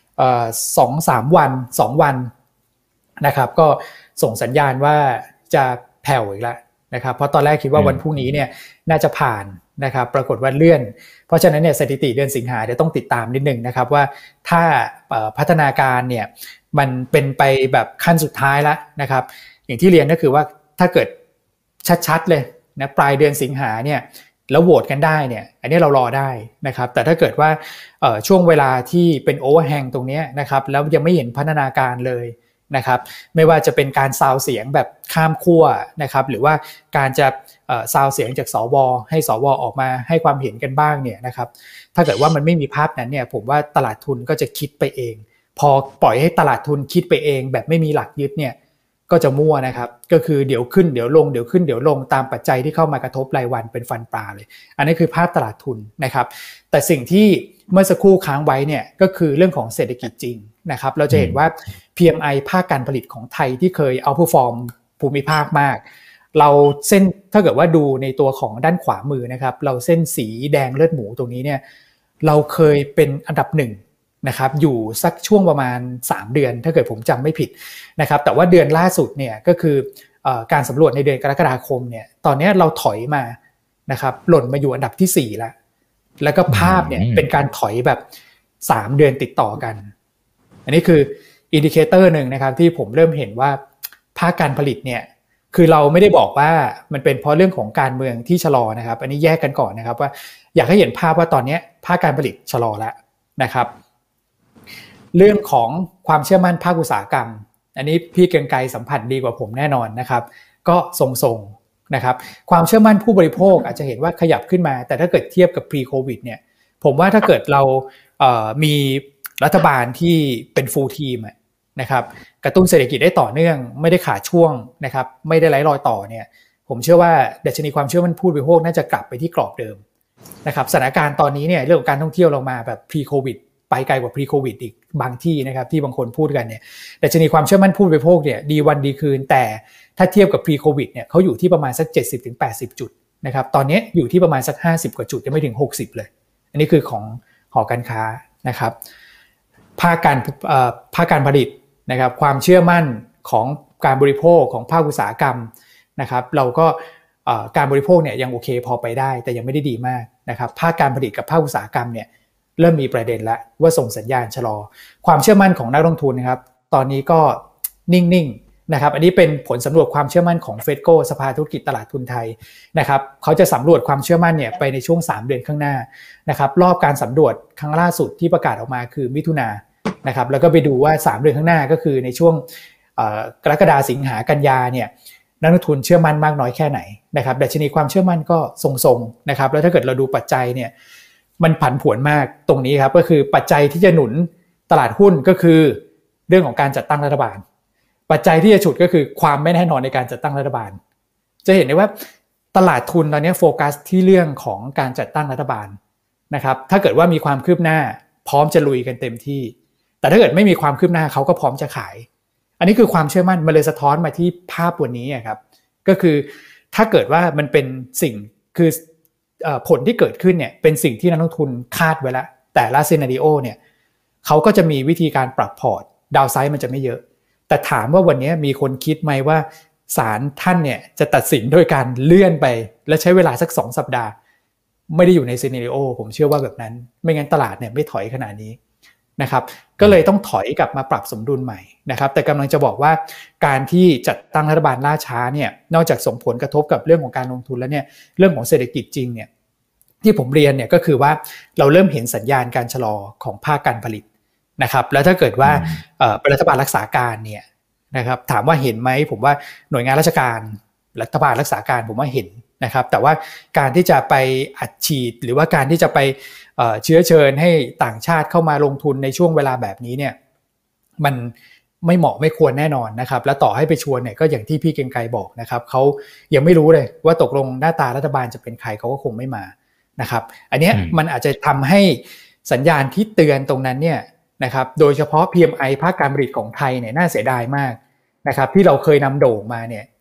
C: 2-3 วัน2วันนะครับก็ส่งสัญญาณว่าจะแผ่วอีกแล้วนะครับเพราะตอนแรกคิดว่าวันพรุ่งนี้เนี่ยน่าจะผ่านนะครับปรากฏว่าเลื่อนเพราะฉะนั้นเนี่ยสถิติเดือนสิงหาเดี๋ยวต้องติดตามนิดนึงนะครับว่าถ้าพัฒนาการเนี่ยมันเป็นไปแบบขั้นสุดท้ายแล้วนะครับอย่างที่เรียนก็คือว่าถ้าเกิดชัดๆเลยนะปลายเดือนสิงหาเนี่ยแล้วโหวตกันได้เนี่ยอันนี้เรารอได้นะครับแต่ถ้าเกิดว่าช่วงเวลาที่เป็นโอเวอร์แฮงตรงนี้นะครับแล้วยังไม่เห็นพัฒนาการเลยนะครับไม่ว่าจะเป็นการซาวเสียงแบบข้ามขั้วนะครับหรือว่าการจะซาวเสียงจากสวให้สวออกมาให้ความเห็นกันบ้างเนี่ยนะครับถ้าเกิดว่ามันไม่มีภาพนั้นเนี่ยผมว่าตลาดทุนก็จะคิดไปเองพอปล่อยให้ตลาดทุนคิดไปเองแบบไม่มีหลักยึดเนี่ยก็จะมั่วนะครับก็คือเดี๋ยวขึ้นเดี๋ยวลงเดี๋ยวขึ้นเดี๋ยวลงตามปัจจัยที่เข้ามากระทบรายวันเป็นฟันปลาเลยอันนี้คือภาพตลาดทุนนะครับแต่สิ่งที่เมื่อสักครู่ค้างไว้เนี่ยก็คือเรื่องของเศรษฐกิจจริงนะครับเราจะเห็นว่า PMI ภาคการผลิตของไทยที่เคยเอาเพอร์ฟอร์มภูมิภาคมากเราเส้นถ้าเกิดว่าดูในตัวของด้านขวามือนะครับเราเส้นสีแดงเลือดหมูตรงนี้เนี่ยเราเคยเป็นอันดับ1นะครับอยู่สักช่วงประมาณ3เดือนถ้าเกิดผมจำไม่ผิดนะครับแต่ว่าเดือนล่าสุดเนี่ยก็คือการสำรวจในเดือนกรกฎาคมเนี่ยตอนนี้เราถอยมานะครับหล่นมาอยู่อันดับที่4แล้วก็ภาพเนี่ยเป็นการถอยแบบ3เดือนติดต่อกันอันนี้คืออินดิเคเตอร์หนึ่งนะครับที่ผมเริ่มเห็นว่าภาคการผลิตเนี่ยคือเราไม่ได้บอกว่ามันเป็นเพราะเรื่องของการเมืองที่ชะลอนะครับอันนี้แยกกันก่อนนะครับว่าอยากให้เห็นภาพว่าตอนนี้ภาคการผลิตชะลอแล้วนะครับเรื่องของความเชื่อมั่นภาคอุตสาหกรรมอันนี้พี่เกรียงไกรสัมผัสดีกว่าผมแน่นอนนะครับก็ทรงๆนะครับความเชื่อมั่นผู้บริโภคอาจจะเห็นว่าขยับขึ้นมาแต่ถ้าเกิดเทียบกับ pre covid เนี่ยผมว่าถ้าเกิดเรามีรัฐบาลที่เป็น full team นะครับกระตุ้นเศรษฐกิจได้ต่อเนื่องไม่ได้ขาดช่วงนะครับไม่ได้ไร้รอยต่อเนี่ยผมเชื่อว่าดัชนีความเชื่อมั่นผู้บริโภคน่าจะกลับไปที่กรอบเดิมนะครับสถานการณ์ตอนนี้เนี่ยเรื่องของการท่องเที่ยวเรามาแบบ pre covid ไปไกลกว่า pre covid อีกบางที่นะครับที่บางคนพูดกันเนี่ยดัชนีความเชื่อมั่นผู้บริโภคเนี่ยดีวันดีคืนแต่ถ้าเทียบกับ pre covid เนี่ยเขาอยู่ที่ประมาณสัก 70-80 จุดนะครับตอนนี้อยู่ที่ประมาณสัก50กว่าจุดยังไม่ถึง60เลยอันนี้คือของหอการค้านะครับภาคการผลิตนะครับความเชื่อมั่นของการบริโภคของภาคอุตสาหกรรมนะครับเราก็การบริโภคเนี่ยยังโอเคพอไปได้แต่ยังไม่ได้ดีมากนะครับภาคการผลิตกับภาคอุตสาหกรรมเนี่ยเริ่มมีประเด็นแล้วว่าส่งสัญญาณชะลอความเชื่อมั่นของนักลงทุนนะครับตอนนี้ก็นิ่งๆนะครับอันนี้เป็นผลสำรวจความเชื่อมั่นของเฟดโกสภาธุรกิจตลาดทุนไทยนะครับเขาจะสำรวจความเชื่อมั่นเนี่ยไปในช่วง3เดือนข้างหน้านะครับรอบการสำรวจครั้งล่าสุดที่ประกาศออกมาคือมิถุนายนนะครับแล้วก็ไปดูว่า3เดือนข้างหน้าก็คือในช่วงกรกฎาคมสิงหากันยาเนี่ยนักลงทุนเชื่อมั่นมากน้อยแค่ไหนนะครับดัชนีความเชื่อมั่นก็ทรงๆนะครับแล้วถ้าเกิดเราดูปัจจัยเนี่ยมันผันผวนมากตรงนี้ครับก็คือปัจจัยที่จะหนุนตลาดหุ้นก็คือเรื่องของการจัดตั้งรัฐบาลปัจจัยที่จะฉุดก็คือความไม่แน่นอนในการจัดตั้งรัฐบาลจะเห็นได้ว่าตลาดทุนตอนนี้โฟกัสที่เรื่องของการจัดตั้งรัฐบาลนะครับถ้าเกิดว่ามีความคืบหน้าพร้อมจะลุยกันเต็มที่แต่ถ้าเกิดไม่มีความคืบหน้าเขาก็พร้อมจะขายอันนี้คือความเชื่อมั่นมันเลยสะท้อนมาที่ภาพวันนี้ครับก็คือถ้าเกิดว่ามันเป็นสิ่งคือผลที่เกิดขึ้นเนี่ยเป็นสิ่งที่นักลงทุนคาดไว้แล้วแต่ละซีนาริโอเนี่ยเขาก็จะมีวิธีการปรับพอร์ตดาวไซด์มันจะไม่เยอะแต่ถามว่าวันนี้มีคนคิดไหมว่าศาลท่านเนี่ยจะตัดสินโดยการเลื่อนไปและใช้เวลาสัก2สัปดาห์ไม่ได้อยู่ในซีนาริโอผมเชื่อว่าแบบนั้นไม่งั้นตลาดเนี่ยไม่ถอยขนาดนี้นะครับก็เลยต้องถอยกลับมาปรับสมดุลใหม่นะครับแต่กำลังจะบอกว่าการที่จัดตั้งรัฐบาลล่าช้าเนี่ยนอกจากส่งผลกระทบกับเรื่องของการลงทุนแล้วเนี่ยเรื่องของเศรษฐกิจจริงเนี่ยที่ผมเรียนเนี่ยก็คือว่าเราเริ่มเห็นสัญญาณการชะลอของภาคการผลิตนะครับแล้วถ้าเกิดว่าเป็นรัฐบาลรักษาการเนี่ยนะครับถามว่าเห็นไหมผมว่าหน่วยงานราชการรัฐบาลรักษาการผมว่าเห็นนะครับแต่ว่าการที่จะไปอัดฉีดหรือว่าการที่จะไปเชื้อเชิญให้ต่างชาติเข้ามาลงทุนในช่วงเวลาแบบนี้เนี่ยมันไม่เหมาะไม่ควรแน่นอนนะครับและต่อให้ไปชวนเนี่ยก็อย่างที่พี่เกรียงไกรบอกนะครับเขายังไม่รู้เลยว่าตกลงหน้าตารัฐบาลจะเป็นใครเขาก็คงไม่มานะครับอันนี้มันอาจจะทำให้สัญญาณที่เตือนตรงนั้นเนี่ยนะครับโดยเฉพาะ PMI ภาคการผลิตของไทยเนี่ยน่าเสียดายมากนะครับที่เราเคยนำโด่งมาเนี่ย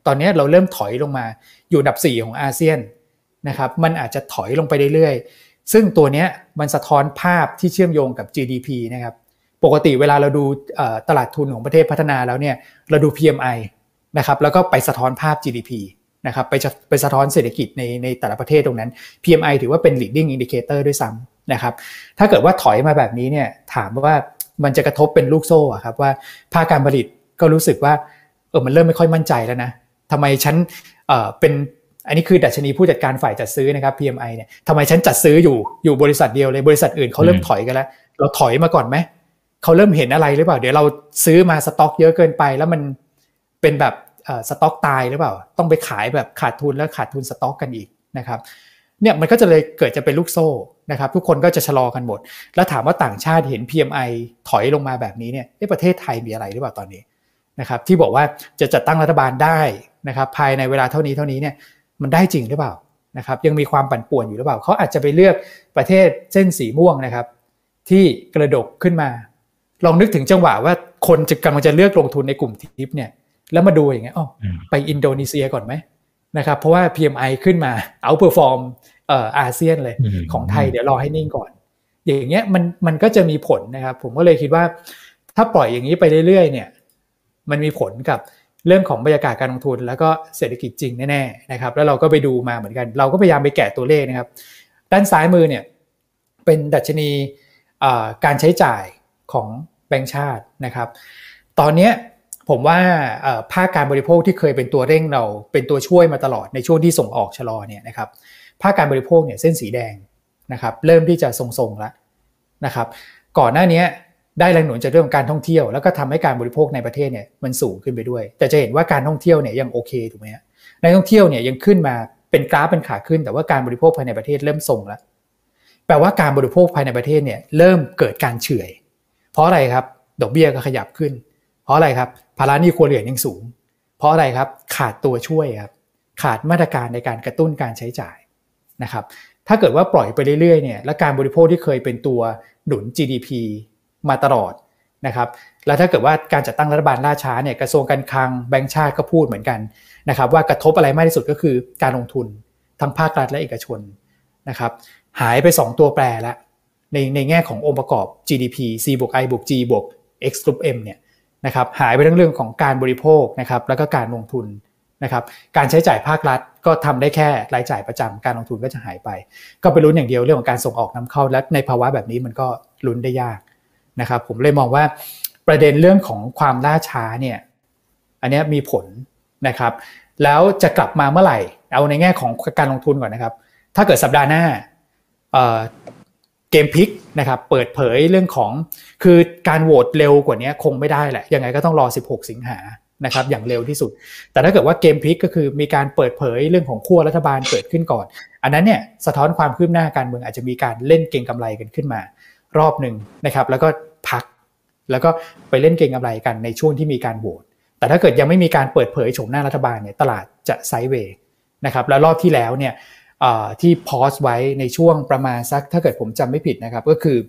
C: ตอนนี้เราเริ่มถอยลงมาอยู่อันดับ4ของอาเซียนนะครับมันอาจจะถอยลงไปเรื่อยๆซึ่งตัวนี้มันสะท้อนภาพที่เชื่อมโยงกับ GDP นะครับปกติเวลาเราดูตลาดทุนของประเทศพัฒนาแล้วเนี่ยเราดู PMI นะครับแล้วก็ไปสะท้อนภาพ GDP นะครับไปสะท้อนเศรษฐกิจในแต่ละประเทศตรงนั้น PMI ถือว่าเป็น leading indicator ด้วยซ้ำนะครับถ้าเกิดว่าถอยมาแบบนี้เนี่ยถามว่ามันจะกระทบเป็นลูกโซ่อะครับว่าภาคการผลิตก็รู้สึกว่ามันเริ่มไม่ค่อยมั่นใจแล้วนะทำไมฉันเป็นอันนี้คือดัชนีผู้จัดการฝ่ายจัดซื้อนะครับ PMI เนี่ยทำไมฉันจัดซื้ออยู่บริษัทเดียวเลยบริษัทอื่นเขาเริ่มถอยกันแล้วเราถอยมาก่อนไหมเขาเริ่มเห็นอะไรหรือเปล่าเดี๋ยวเราซื้อมาสต็อกเยอะเกินไปแล้วมันเป็นแบบสต็อกตายหรือเปล่าต้องไปขายแบบขาดทุนแล้วขาดทุนสต็อกกันอีกนะครับเนี่ยมันก็จะเลยเกิดจะเป็นลูกโซ่นะครับทุกคนก็จะชะลอกันหมดแล้วถามว่าต่างชาติเห็น PMI ถอยลงมาแบบนี้เนี่ยประเทศไทยมีอะไรหรือเปล่าตอนนี้นะครับที่บอกว่าจะจัดตั้งรัฐบาลได้นะครับภายในเวลาเท่านี้เนี่ยมันได้จริงหรือเปล่านะครับยังมีความปั่นป่วนอยู่หรือเปล่าเขาอาจจะไปเลือกประเทศเส้นสีม่วงนะครับที่กระดกขึ้นมาลองนึกถึงจังหวะว่าคนกำลังจะเลือกลงทุนในกลุ่มทิปเนี่ยแล้วมาดูอย่างเงี้ยไปอินโดนีเซียก่อนไหมนะครับเพราะว่า PMI ขึ้นมาoutperformอาเซียนเลยของไทยเดี๋ยวรอให้นิ่งก่อนอย่างเงี้ยมันก็จะมีผลนะครับผมก็เลยคิดว่าถ้าปล่อยอย่างนี้ไปเรื่อยๆเนี่ยมันมีผลกับเรื่องของบรรยากาศการลงทุนแล้วก็เศรษฐกิจจริงแน่ๆนะครับแล้วเราก็ไปดูมาเหมือนกันเราก็พยายามไปแกะตัวเลขนะครับด้านซ้ายมือเนี่ยเป็นดัชนีการใช้จ่ายของแบงก์ชาตินะครับตอนนี้ผมว่าภาคการบริโภคที่เคยเป็นตัวเร่งเราเป็นตัวช่วยมาตลอดในช่วงที่ส่งออกชะลอเนี่ยนะครับภาคการบริโภคเนี่ยเส้นสีแดงนะครับเริ่มที่จะทรงๆแล้วนะครับก่อนหน้านี้ได้แรงหนุนจากเรื่องของการท่องเที่ยวแล้วก็ทำให้การบริโภคในประเทศเนี่ยมันสูงขึ้นไปด้วยแต่จะเห็นว่าการท่องเที่ยวเนี่ยยังโอเคถูกไหมฮะในท่องเที่ยวเนี่ยยังขึ้นมาเป็นกราฟเป็นขาขึ้นแต่ว่าการบริโภคภายในประเทศเริ่มทรงแล้วแปลว่าการบริโภคภายในประเทศเนี่ยเริ่มเกิดการเฉื่อยเพราะอะไรครับดอกเบี้ยก็ขยับขึ้นเพราะอะไรครับภาระหนี้ครัวเรือนยังสูงเพราะอะไรครับขาดตัวช่วยครับขาดมาตรการในการกระตุ้นการใช้จ่ายนะครับถ้าเกิดว่าปล่อยไปเรื่อยๆเนี่ยและการบริโภคที่เคยเป็นตัวหนุน GDP มาตลอดนะครับแล้วถ้าเกิดว่าการจัดตั้งรัฐบาลล่าช้าเนี่ยกระทรวงการคลังแบงก์ชาติก็พูดเหมือนกันนะครับว่ากระทบอะไรมากที่สุดก็คือการลงทุนทั้งภาครัฐและเอกชนนะครับหายไป2ตัวแปรแล้วในแง่ขององค์ประกอบ GDP C บวก I บวก G บวก X ลบ M เนี่ยนะครับหายไปทั้งเรื่องของการบริโภคนะครับแล้วก็การลงทุนนะครับการใช้จ่ายภาครัฐก็ทำได้แค่รายจ่ายประจำการลงทุนก็จะหายไปก็ไปลุ้นอย่างเดียวเรื่องของการส่งออกนำเข้าและในภาวะแบบนี้มันก็ลุ้นได้ยากนะครับผมเลยมองว่าประเด็นเรื่องของความล่าช้าเนี่ยอันนี้มีผลนะครับแล้วจะกลับมาเมื่อไหร่เอาในแง่ของการลงทุนก่อนนะครับถ้าเกิดสัปดาห์หน้าเกมพลิกนะครับเปิดเผยเรื่องของคือการโหวตเร็วกว่านี้คงไม่ได้แหละยังไงก็ต้องรอ16สิงหานะครับอย่างเร็วที่สุดแต่ถ้าเกิดว่าเกมพลิกก็คือมีการเปิดเผยเรื่องของขั้วรัฐบาลเกิดขึ้นก่อนอันนั้นเนี่ยสะท้อนความคืบหน้าการเมืองอาจจะมีการเล่นเก็งกำไรกันขึ้นมารอบนึงนะครับแล้วก็พักแล้วก็ไปเล่นเก็งกำไรกันในช่วงที่มีการโหวตแต่ถ้าเกิดยังไม่มีการเปิดเผยโฉมหน้ารัฐบาลเนี่ยตลาดจะไซด์เวย์นะครับแล้วรอบที่แล้วเนี่ยที่พอสไว้ในช่วงประมาณสักถ้าเกิดผมจำไม่ผิดนะครับก็คือ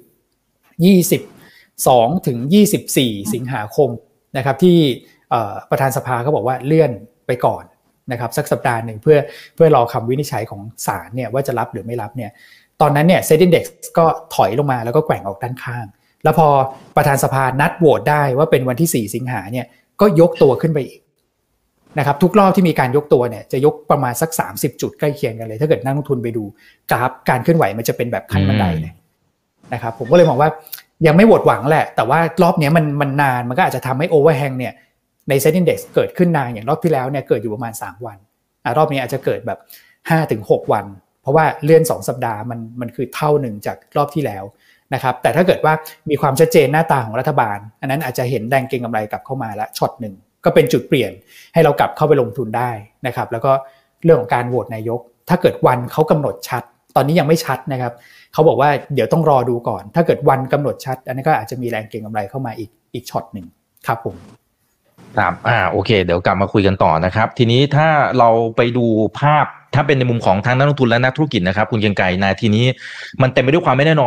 C: 22ถึง24สิงหาคมนะครับที่ประธานสภาเขาบอกว่าเลื่อนไปก่อนนะครับสักสัปดาห์หนึ่งเพื่อรอคำวินิจฉัยของศาลเนี่ยว่าจะรับหรือไม่รับเนี่ยตอนนั้นเนี่ย Set Index ก็ถอยลงมาแล้วก็แกว่งออกด้านข้างแล้วพอประธานสภานัดโหวตได้ว่าเป็นวันที่4สิงหาเนี่ยก็ยกตัวขึ้นไปอีกนะครับทุกรอบที่มีการยกตัวเนี่ยจะยกประมาณสัก30จุดใกล้เคียงกันเลยถ้าเกิดนักลงทุนไปดูกราฟการเคลื่อนไหวมันจะเป็นแบบขั้นบันไดเลยนะครับผมก็เลยมองว่ายังไม่หมดหวังแหละแต่ว่ารอบนี้มันนานมันก็อาจจะทำให้โอเวอร์แฮงเนี่ยใน Set Index เกิดขึ้นนานอย่างรอบที่แล้วเนี่ยเกิดอยู่ประมาณ3วันรอบนี้อาจจะเกิดแบบ 5-6 วันเพราะว่าเลื่อน2สัปดาห์มันคือเท่าหนึ่งจากรอบที่แล้วนะครับแต่ถ้าเกิดว่ามีความชัดเจนหน้าตาของรัฐบาลอันนั้นอาจจะเห็นแรงเก็งกำไรกลับเข้ามาแล้วช็อตหนึ่งก็เป็นจุดเปลี่ยนให้เรากลับเข้าไปลงทุนได้นะครับแล้วก็เรื่องของการโหวตนายกถ้าเกิดวันเขากำหนดชัดตอนนี้ยังไม่ชัดนะครับเขาบอกว่าเดี๋ยวต้องรอดูก่อนถ้าเกิดวันกำหนดชัดอันนี้ก็อาจจะมีแรงเก็งกำไรเข้ามาอีกช็อตหนึ่งครับผม
B: ครับโอเคเดี๋ยวกลับมาคุยกันต่อนะครับทีนี้ถ้าเราไปดูภาพถ้าเป็นในมุมของทางนักลงทุนและนักธุรกิจนะครับคุณเกรียงไกรนะทีนี้มันเต็มไปด้วยความไม่แน่นอน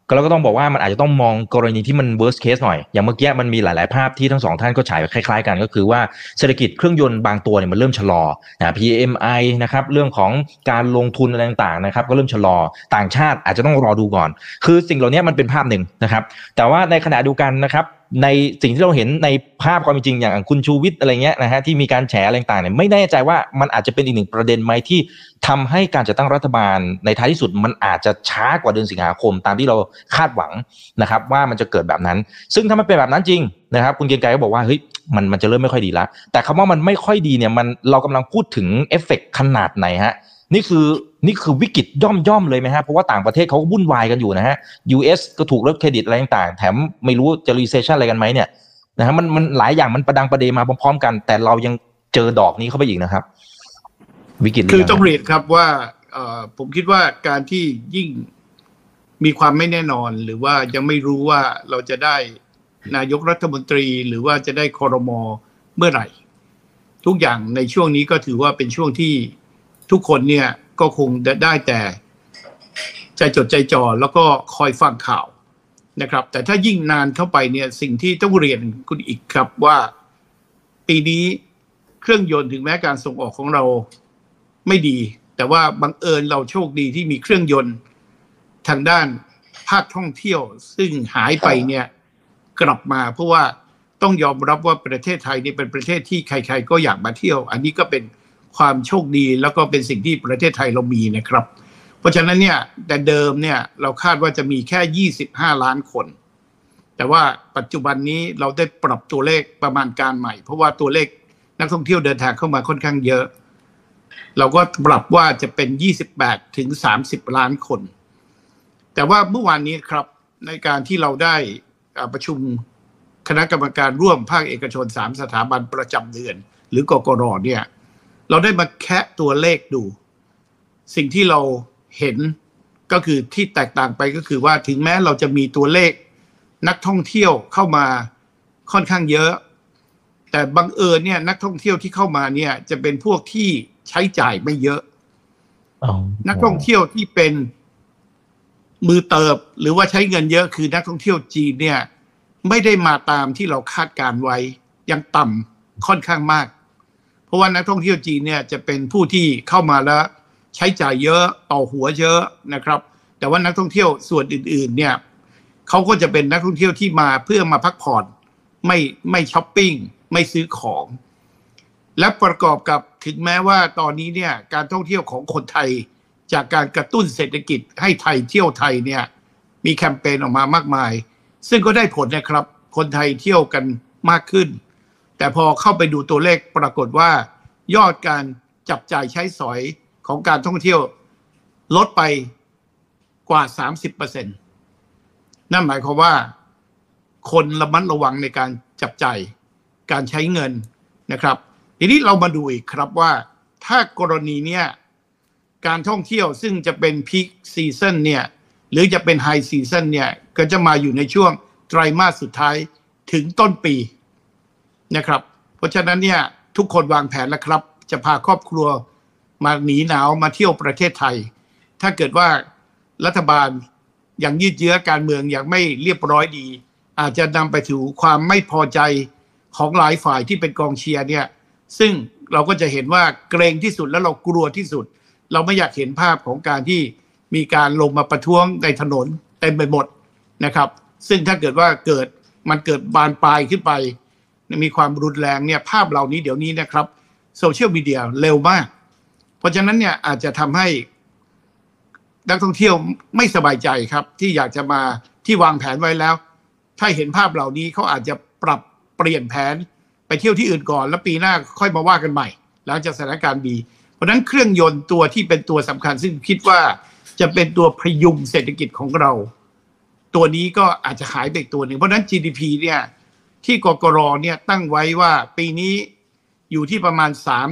B: เราก็ต้องบอกว่ามันอาจจะต้องมองกรณีที่มัน worst case หน่อยอย่างเมื่อกี้มันมีหลายๆภาพที่ทั้งสองท่านก็ฉายคล้ายๆกันก็คือว่าเศรษฐกิจเครื่องยนต์บางตัวเนี่ยมันเริ่มชะลอPMI นะครับเรื่องของการลงทุนอะไรต่างๆนะครับก็เริ่มชะลอต่างชาติอาจจะต้องรอดูก่อนคือสิ่งเหล่านี้มันเป็นภาพหนึ่งนะครับแต่ว่าในขณะเดียวกันนะครับในสิ่งที่เราเห็นในภาพความจริงอย่างคุณชูวิทย์อะไรเงี้ยนะฮะที่มีการแฉอะไรต่างๆเนี่ยไม่แน่ใจว่ามันอาจจะเป็นอีกหนึ่งประเด็นไหมที่ทำให้การจัดตั้งรัฐบาลในท้ายที่สุดมันอาจจะช้ากว่าเดือนสิงหาคมตามที่เราคาดหวังนะครับว่ามันจะเกิดแบบนั้นซึ่งถ้ามันเป็นแบบนั้นจริงนะครับคุณเกรียงไกรก็บอกว่าเฮ้ยมันจะเริ่มไม่ค่อยดีแล้วแต่คำว่ามันไม่ค่อยดีเนี่ยมันเรากำลังพูดถึงเอฟเฟกต์ขนาดไหนฮะนี่คือวิกฤตย่อมเลยไหมฮะเพราะว่าต่างประเทศเขาวุ่นวายกันอยู่นะฮะ US ก็ถูกลดเครดิตอะไรต่างๆแถมไม่รู้จะ recession อะไรกันไหมเนี่ยนะฮะมันหลายอย่างมันประดังประเดมาพร้อมๆกันแต่เรายังเจอดอกนี้เข้าไปอีกนะครับวิกฤต
D: คือต้องเรียนครับว่าผมคิดว่าการที่ยิ่งมีความไม่แน่นอนหรือว่ายังไม่รู้ว่าเราจะได้นายกรัฐมนตรีหรือว่าจะได้ครม.เมื่อไหร่ทุกอย่างในช่วงนี้ก็ถือว่าเป็นช่วงที่ทุกคนเนี่ยก็คงได้แต่ใจจดใจจ่อแล้วก็คอยฟังข่าวนะครับแต่ถ้ายิ่งนานเข้าไปเนี่ยสิ่งที่ต้องเรียนคุณอีกครับว่าปีนี้เครื่องยนต์ถึงแม้การส่งออกของเราไม่ดีแต่ว่าบังเอิญเราโชคดีที่มีเครื่องยนต์ทางด้านภาคท่องเที่ยวซึ่งหายไปเนี่ยกลับมาเพราะว่าต้องยอมรับว่าประเทศไทยนี่เป็นประเทศที่ใครๆก็อยากมาเที่ยวอันนี้ก็เป็นความโชคดีแล้วก็เป็นสิ่งที่ประเทศไทยเรามีนะครับเพราะฉะนั้นเนี่ยแต่เดิมเนี่ยเราคาดว่าจะมีแค่25ล้านคนแต่ว่าปัจจุบันนี้เราได้ปรับตัวเลขประมาณการใหม่เพราะว่าตัวเลขนักท่องเที่ยวเดินทางเข้ามาค่อนข้างเยอะเราก็ปรับว่าจะเป็น28ถึง30ล้านคนแต่ว่าเมื่อวานนี้ครับในการที่เราได้ประชุมคณะกรรมการร่วมภาคเอกชน3สถาบันประจำเดือนหรือกกร.เนี่ยเราได้มาแคะตัวเลขดูสิ่งที่เราเห็นก็คือที่แตกต่างไปก็คือว่าถึงแม้เราจะมีตัวเลขนักท่องเที่ยวเข้ามาค่อนข้างเยอะแต่บังเอิญเนี่ยนักท่องเที่ยวที่เข้ามาเนี่ยจะเป็นพวกที่ใช้จ่ายไม่เยอะนักท่องเที่ยวที่เป็นมือเติบหรือว่าใช้เงินเยอะคือนักท่องเที่ยวจีนเนี่ยไม่ได้มาตามที่เราคาดการไว้ยังต่ำค่อนข้างมากเพราะว่านักท่องเที่ยวจีนเนี่ยจะเป็นผู้ที่เข้ามาแล้วใช้จ่ายเยอะต่อหัวเยอะนะครับแต่ว่านักท่องเที่ยวส่วนอื่นๆเนี่ยเขาก็จะเป็นนักท่องเที่ยวที่มาเพื่อมาพักผ่อนไม่ช้อปปิ้งไม่ซื้อของและประกอบกับถึงแม้ว่าตอนนี้เนี่ยการท่องเที่ยวของคนไทยจากการกระตุ้นเศรษฐกิจให้ไทยเที่ยวไทยเนี่ยมีแคมเปญออกมามากมายซึ่งก็ได้ผลนะครับคนไทยเที่ยวกันมากขึ้นแต่พอเข้าไปดูตัวเลขปรากฏว่ายอดการจับจ่ายใช้สอยของการท่องเที่ยวลดไปกว่า 30% นั่นหมายความว่าคนระมัดระวังในการจับจ่ายการใช้เงินนะครับทีนี้เรามาดูอีกครับว่าถ้ากรณีเนี้ยการท่องเที่ยวซึ่งจะเป็นพีคซีซั่นเนี่ยหรือจะเป็นไฮซีซั่นเนี่ยก็จะมาอยู่ในช่วงไตรมาสสุดท้ายถึงต้นปีนะครับเพราะฉะนั้นเนี่ยทุกคนวางแผนแล้วครับจะพาครอบครัวมาหนีหนาวมาเที่ยวประเทศไทยถ้าเกิดว่ารัฐบาลยังยืดเยื้อการเมืองยังไม่เรียบร้อยดีอาจจะนำไปสู่ความไม่พอใจของหลายฝ่ายที่เป็นกองเชียร์เนี่ยซึ่งเราก็จะเห็นว่าเกรงที่สุดแล้วเรากลัวที่สุดเราไม่อยากเห็นภาพของการที่มีการลงมาประท้วงในถนนเต็มไปหมดนะครับซึ่งถ้าเกิดว่าเกิดบานปลายขึ้นไปมีความรุนแรงเนี่ยภาพเหล่านี้เดี๋ยวนี้นะครับโซเชียลมีเดียเร็วมากเพราะฉะนั้นเนี่ยอาจจะทำให้นักท่องเที่ยวไม่สบายใจครับที่อยากจะมาที่วางแผนไว้แล้วถ้าเห็นภาพเหล่านี้เขาอาจจะปรับเปลี่ยนแผนไปเที่ยวที่อื่นก่อนแล้วปีหน้าค่อยมาว่ากันใหม่หลังจากสถานการณ์ดีเพราะฉะนั้นเครื่องยนต์ตัวที่เป็นตัวสำคัญซึ่งคิดว่าจะเป็นตัวพยุงเศรษฐกิจของเราตัวนี้ก็อาจจะหายไปอีกตัวหนึ่งเพราะฉะนั้น GDP เนี่ยที่กกร.เนี่ยตั้งไว้ว่าปีนี้อยู่ที่ประมาณ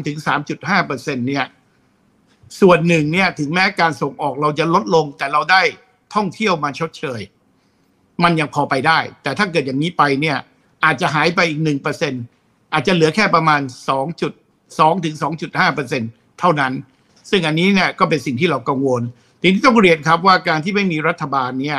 D: 3-3.5% เนี่ยส่วนหนึ่งเนี่ยถึงแม้การส่งออกเราจะลดลงแต่เราได้ท่องเที่ยวมาชดเชยมันยังพอไปได้แต่ถ้าเกิดอย่างนี้ไปเนี่ยอาจจะหายไปอีก 1% อาจจะเหลือแค่ประมาณ 2.2-2.5% เท่านั้นซึ่งอันนี้เนี่ยก็เป็นสิ่งที่เรากังวลทีนี้ต้องเรียนครับว่าการที่ไม่มีรัฐบาลเนี่ย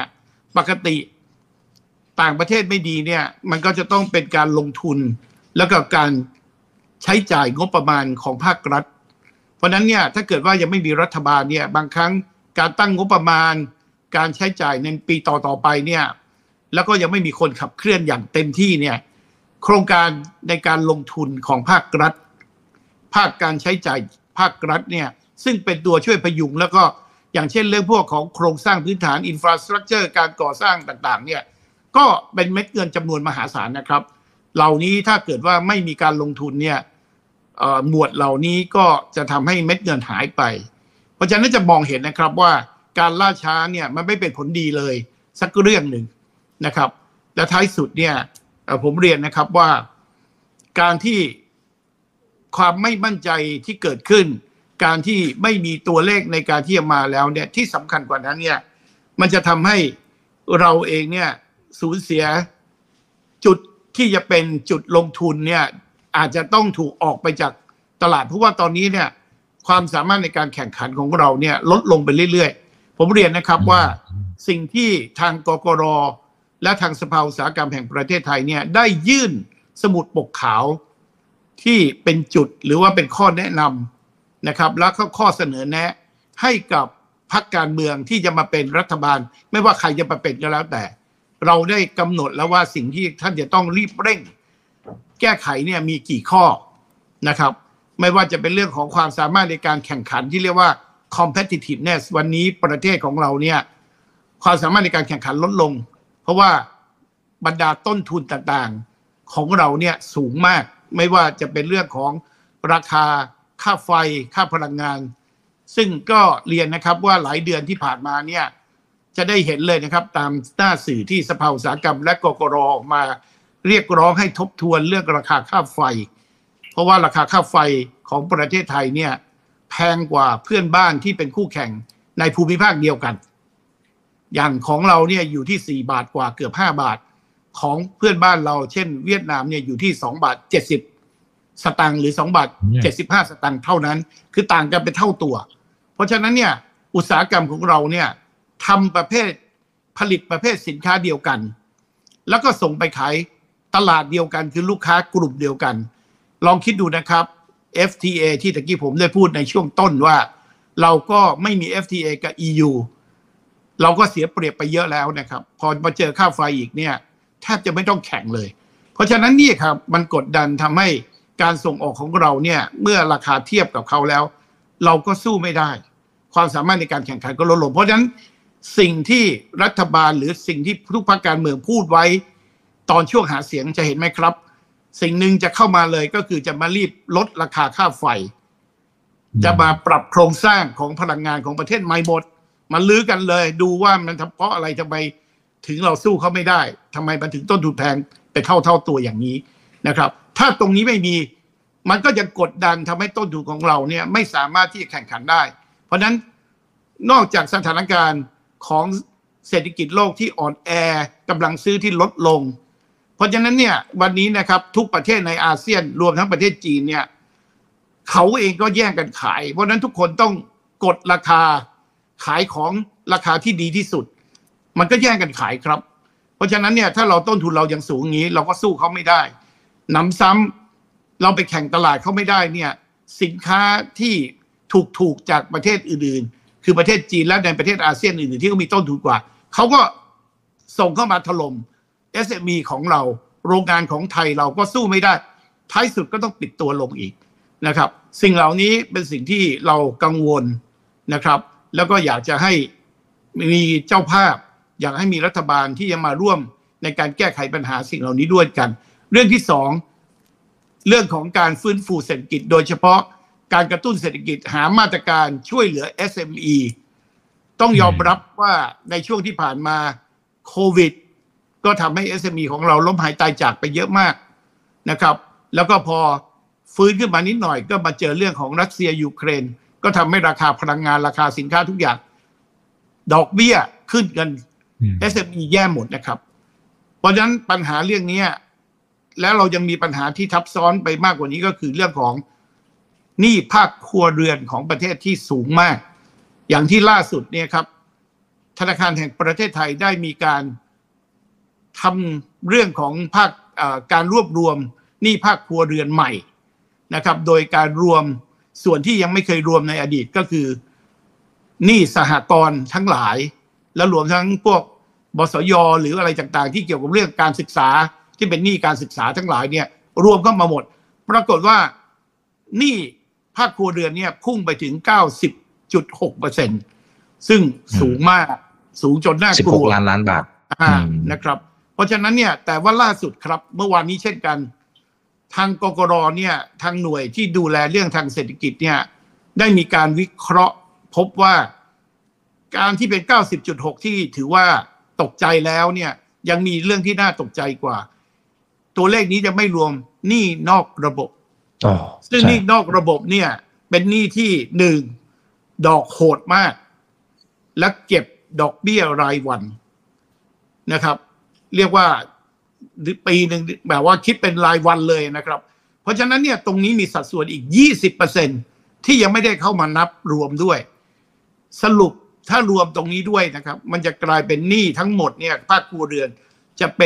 D: ปกติต่างประเทศไม่ดีเนี่ยมันก็จะต้องเป็นการลงทุนแล้วก็การใช้จ่ายงบประมาณของภาครัฐเพราะนั้นเนี่ยถ้าเกิดว่ายังไม่มีรัฐบาลเนี่ยบางครั้งการตั้งงบประมาณการใช้จ่ายในปีต่อๆไปเนี่ยแล้วก็ยังไม่มีคนขับเคลื่อนอย่างเต็มที่เนี่ยโครงการในการลงทุนของภาครัฐภาคการใช้จ่ายภาครัฐเนี่ยซึ่งเป็นตัวช่วยพยุงแล้วก็อย่างเช่นเรื่องพวกของโครงสร้างพื้นฐานอินฟราสตรัคเจอร์การก่อสร้างต่างๆเนี่ยก็เป็นเม็ดเงินจำนวนมหาศาลนะครับเหล่านี้ถ้าเกิดว่าไม่มีการลงทุนเนี่ยหมวดเหล่านี้ก็จะทำให้เม็ดเงินหายไปเพราะฉะนั้นจะมองเห็นนะครับว่าการล่าช้าเนี่ยมันไม่เป็นผลดีเลยสักเรื่องหนึ่งนะครับและท้ายสุดเนี่ยผมเรียนนะครับว่าการที่ความไม่มั่นใจที่เกิดขึ้นการที่ไม่มีตัวเลขในการที่จะมาแล้วเนี่ยที่สำคัญกว่านั้นเนี่ยมันจะทำให้เราเองเนี่ยสูญเสียจุดที่จะเป็นจุดลงทุนเนี่ยอาจจะต้องถูกออกไปจากตลาดเพราะว่าตอนนี้เนี่ยความสามารถในการแข่งขันของเราเนี่ยลดลงไปเรื่อยๆผมเรียนนะครับว่าสิ่งที่ทางกกร.และทางสภาอุตสาหกรรมแห่งประเทศไทยเนี่ยได้ยื่นสมุดปกขาวที่เป็นจุดหรือว่าเป็นข้อแนะนำนะครับแล้วก็ข้อเสนอแนะให้กับพรรคการเมืองที่จะมาเป็นรัฐบาลไม่ว่าใครจะมาเป็นก็แล้วแต่เราได้กำหนดแล้วว่าสิ่งที่ท่านจะต้องรีบเร่งแก้ไขเนี่ยมีกี่ข้อนะครับไม่ว่าจะเป็นเรื่องของความสามารถในการแข่งขันที่เรียกว่า competitiveness วันนี้ประเทศของเราเนี่ยความสามารถในการแข่งขันลดลงเพราะว่าบรรดาต้นทุนต่างๆของเราเนี่ยสูงมากไม่ว่าจะเป็นเรื่องของราคาค่าไฟค่าพลังงานซึ่งก็เรียนนะครับว่าหลายเดือนที่ผ่านมาเนี่ยจะได้เห็นเลยนะครับตามหน้าสื่อที่สภาอุตสาหกรรมและกกร.ออกมาเรียกร้องให้ทบทวนเรื่องราคาค่าไฟเพราะว่าราคาค่าไฟของประเทศไทยเนี่ยแพงกว่าเพื่อนบ้านที่เป็นคู่แข่งในภูมิภาคเดียวกันอย่างของเราเนี่ยอยู่ที่4 บาทกว่าเกือบ5 บาทของเพื่อนบ้านเราเช่นเวียดนามเนี่ยอยู่ที่2 บาท 70 สตางค์หรือ2 บาท 75 สตางค์เท่านั้นคือต่างกันเป็นเท่าตัวเพราะฉะนั้นเนี่ยอุตสาหกรรมของเราเนี่ยทำประเภทผลิตประเภทสินค้าเดียวกันแล้วก็ส่งไปขายตลาดเดียวกันคือลูกค้ากลุ่มเดียวกันลองคิดดูนะครับ FTA ที่ตะกี้ผมได้พูดในช่วงต้นว่าเราก็ไม่มี FTA กับ EU เราก็เสียเปรียบไปเยอะแล้วนะครับพอมาเจอค่าไฟอีกเนี่ยแทบจะไม่ต้องแข่งเลยเพราะฉะนั้นนี่ครับมันกดดันทำให้การส่งออกของเราเนี่ยเมื่อราคาเทียบกับเขาแล้วเราก็สู้ไม่ได้ความสามารถในการแข่งขันก็ลดลงเพราะฉะนั้นสิ่งที่รัฐบาลหรือสิ่งที่ทุกพรรคการเมืองพูดไว้ตอนช่วงหาเสียงจะเห็นไหมครับสิ่งหนึ่งจะเข้ามาเลยก็คือจะมารีบลดราคาค่าไฟจะมาปรับโครงสร้างของพลังงานของประเทศใหม่หมดมาลื้อกันเลยดูว่ามันเพราะอะไรทำไมถึงเราสู้เขาไม่ได้ทำไมมันถึงต้นทุนแพงไปเท่าตัวอย่างนี้นะครับถ้าตรงนี้ไม่มีมันก็จะกดดันทำให้ต้นทุนของเราเนี่ยไม่สามารถที่จะแข่งขันได้เพราะฉะนั้นนอกจากสถานการณ์ของเศรษฐกิจโลกที่อ่อนแอกำลังซื้อที่ลดลงเพราะฉะนั้นเนี่ยวันนี้นะครับทุกประเทศในอาเซียนรวมทั้งประเทศจีนเนี่ยเขาเองก็แย่งกันขายเพราะฉะนั้นทุกคนต้องกดราคาขายของราคาที่ดีที่สุดมันก็แย่งกันขายครับเพราะฉะนั้นเนี่ยถ้าเราต้นทุนเรายังสูงอย่างนี้เราก็สู้เขาไม่ได้หนำซ้ำเราไปแข่งตลาดเขาไม่ได้เนี่ยสินค้าที่ถูกจากประเทศอื่นๆคือประเทศจีนและในประเทศอาเซียนอื่นๆที่เขามีต้นทุนกว่าเขาก็ส่งเข้ามาถล่ม SME ของเราโรงงานของไทยเราก็สู้ไม่ได้ท้ายสุดก็ต้องปิดตัวลงอีกนะครับสิ่งเหล่านี้เป็นสิ่งที่เรากังวลนะครับแล้วก็อยากจะให้มีเจ้าภาพอยากให้มีรัฐบาลที่จะมาร่วมในการแก้ไขปัญหาสิ่งเหล่านี้ด้วยกันเรื่องที่2เรื่องของการฟื้นฟูเศรษฐกิจโดยเฉพาะการกระตุ้นเศรษฐกิจหามาตรการช่วยเหลือ SME ต้องยอมรับว่าในช่วงที่ผ่านมาโควิดก็ทำให้ SME ของเราล้มหายตายจากไปเยอะมากนะครับแล้วก็พอฟื้นขึ้นมานิดหน่อยก็มาเจอเรื่องของรัสเซียยูเครนก็ทำให้ราคาพลังงานราคาสินค้าทุกอย่างดอกเบี้ยขึ้นกัน SME แย่หมดนะครับเพราะฉะนั้นปัญหาเรื่องนี้แล้วเรายังมีปัญหาที่ทับซ้อนไปมากกว่านี้ก็คือเรื่องของหนี้ภาคครัวเรือนของประเทศที่สูงมากอย่างที่ล่าสุดเนี่ยครับธนาคารแห่งประเทศไทยได้มีการทำเรื่องของภาคการรวบรวมหนี้ภาคครัวเรือนใหม่นะครับโดยการรวมส่วนที่ยังไม่เคยรวมในอดีตก็คือหนี้สหกรณ์ทั้งหลายและรวมทั้งพวกบสย.หรืออะไรต่างๆที่เกี่ยวกับเรื่องการศึกษาที่เป็นหนี้การศึกษาทั้งหลายเนี่ยรวมเข้ามาหมดปรากฏว่าหนี้ภาคครัวเรือนเนี่ยพุ่งไปถึง 90.6% ซึ่งสูงมากสูงจนน่ากลัว
B: 16 ล้านบาท
D: นะครับเพราะฉะนั้นเนี่ยแต่ว่าล่าสุดครับเมื่อวานนี้เช่นกันทางกกร.เนี่ยทางหน่วยที่ดูแลเรื่องทางเศรษฐกิจเนี่ยได้มีการวิเคราะห์พบว่าการที่เป็น 90.6 ที่ถือว่าตกใจแล้วเนี่ยยังมีเรื่องที่น่าตกใจกว่าตัวเลขนี้จะไม่รวมหนี้นอกระบบซึ่งหนี้นอกระบบเนี่ยเป็นหนี้ที่1ดอกโหดมากและเก็บดอกเบี้ยรายวันนะครับเรียกว่าปีหนึ่งแบบว่าคิดเป็นรายวันเลยนะครับเพราะฉะนั้นเนี่ยตรงนี้มีสัดส่วนอีก 20% ที่ยังไม่ได้เข้ามานับรวมด้วยสรุปถ้ารวมตรงนี้ด้วยนะครับมันจะกลายเป็นหนี้ทั้งหมดเนี่ยภาคครัวเรือนจะเป็น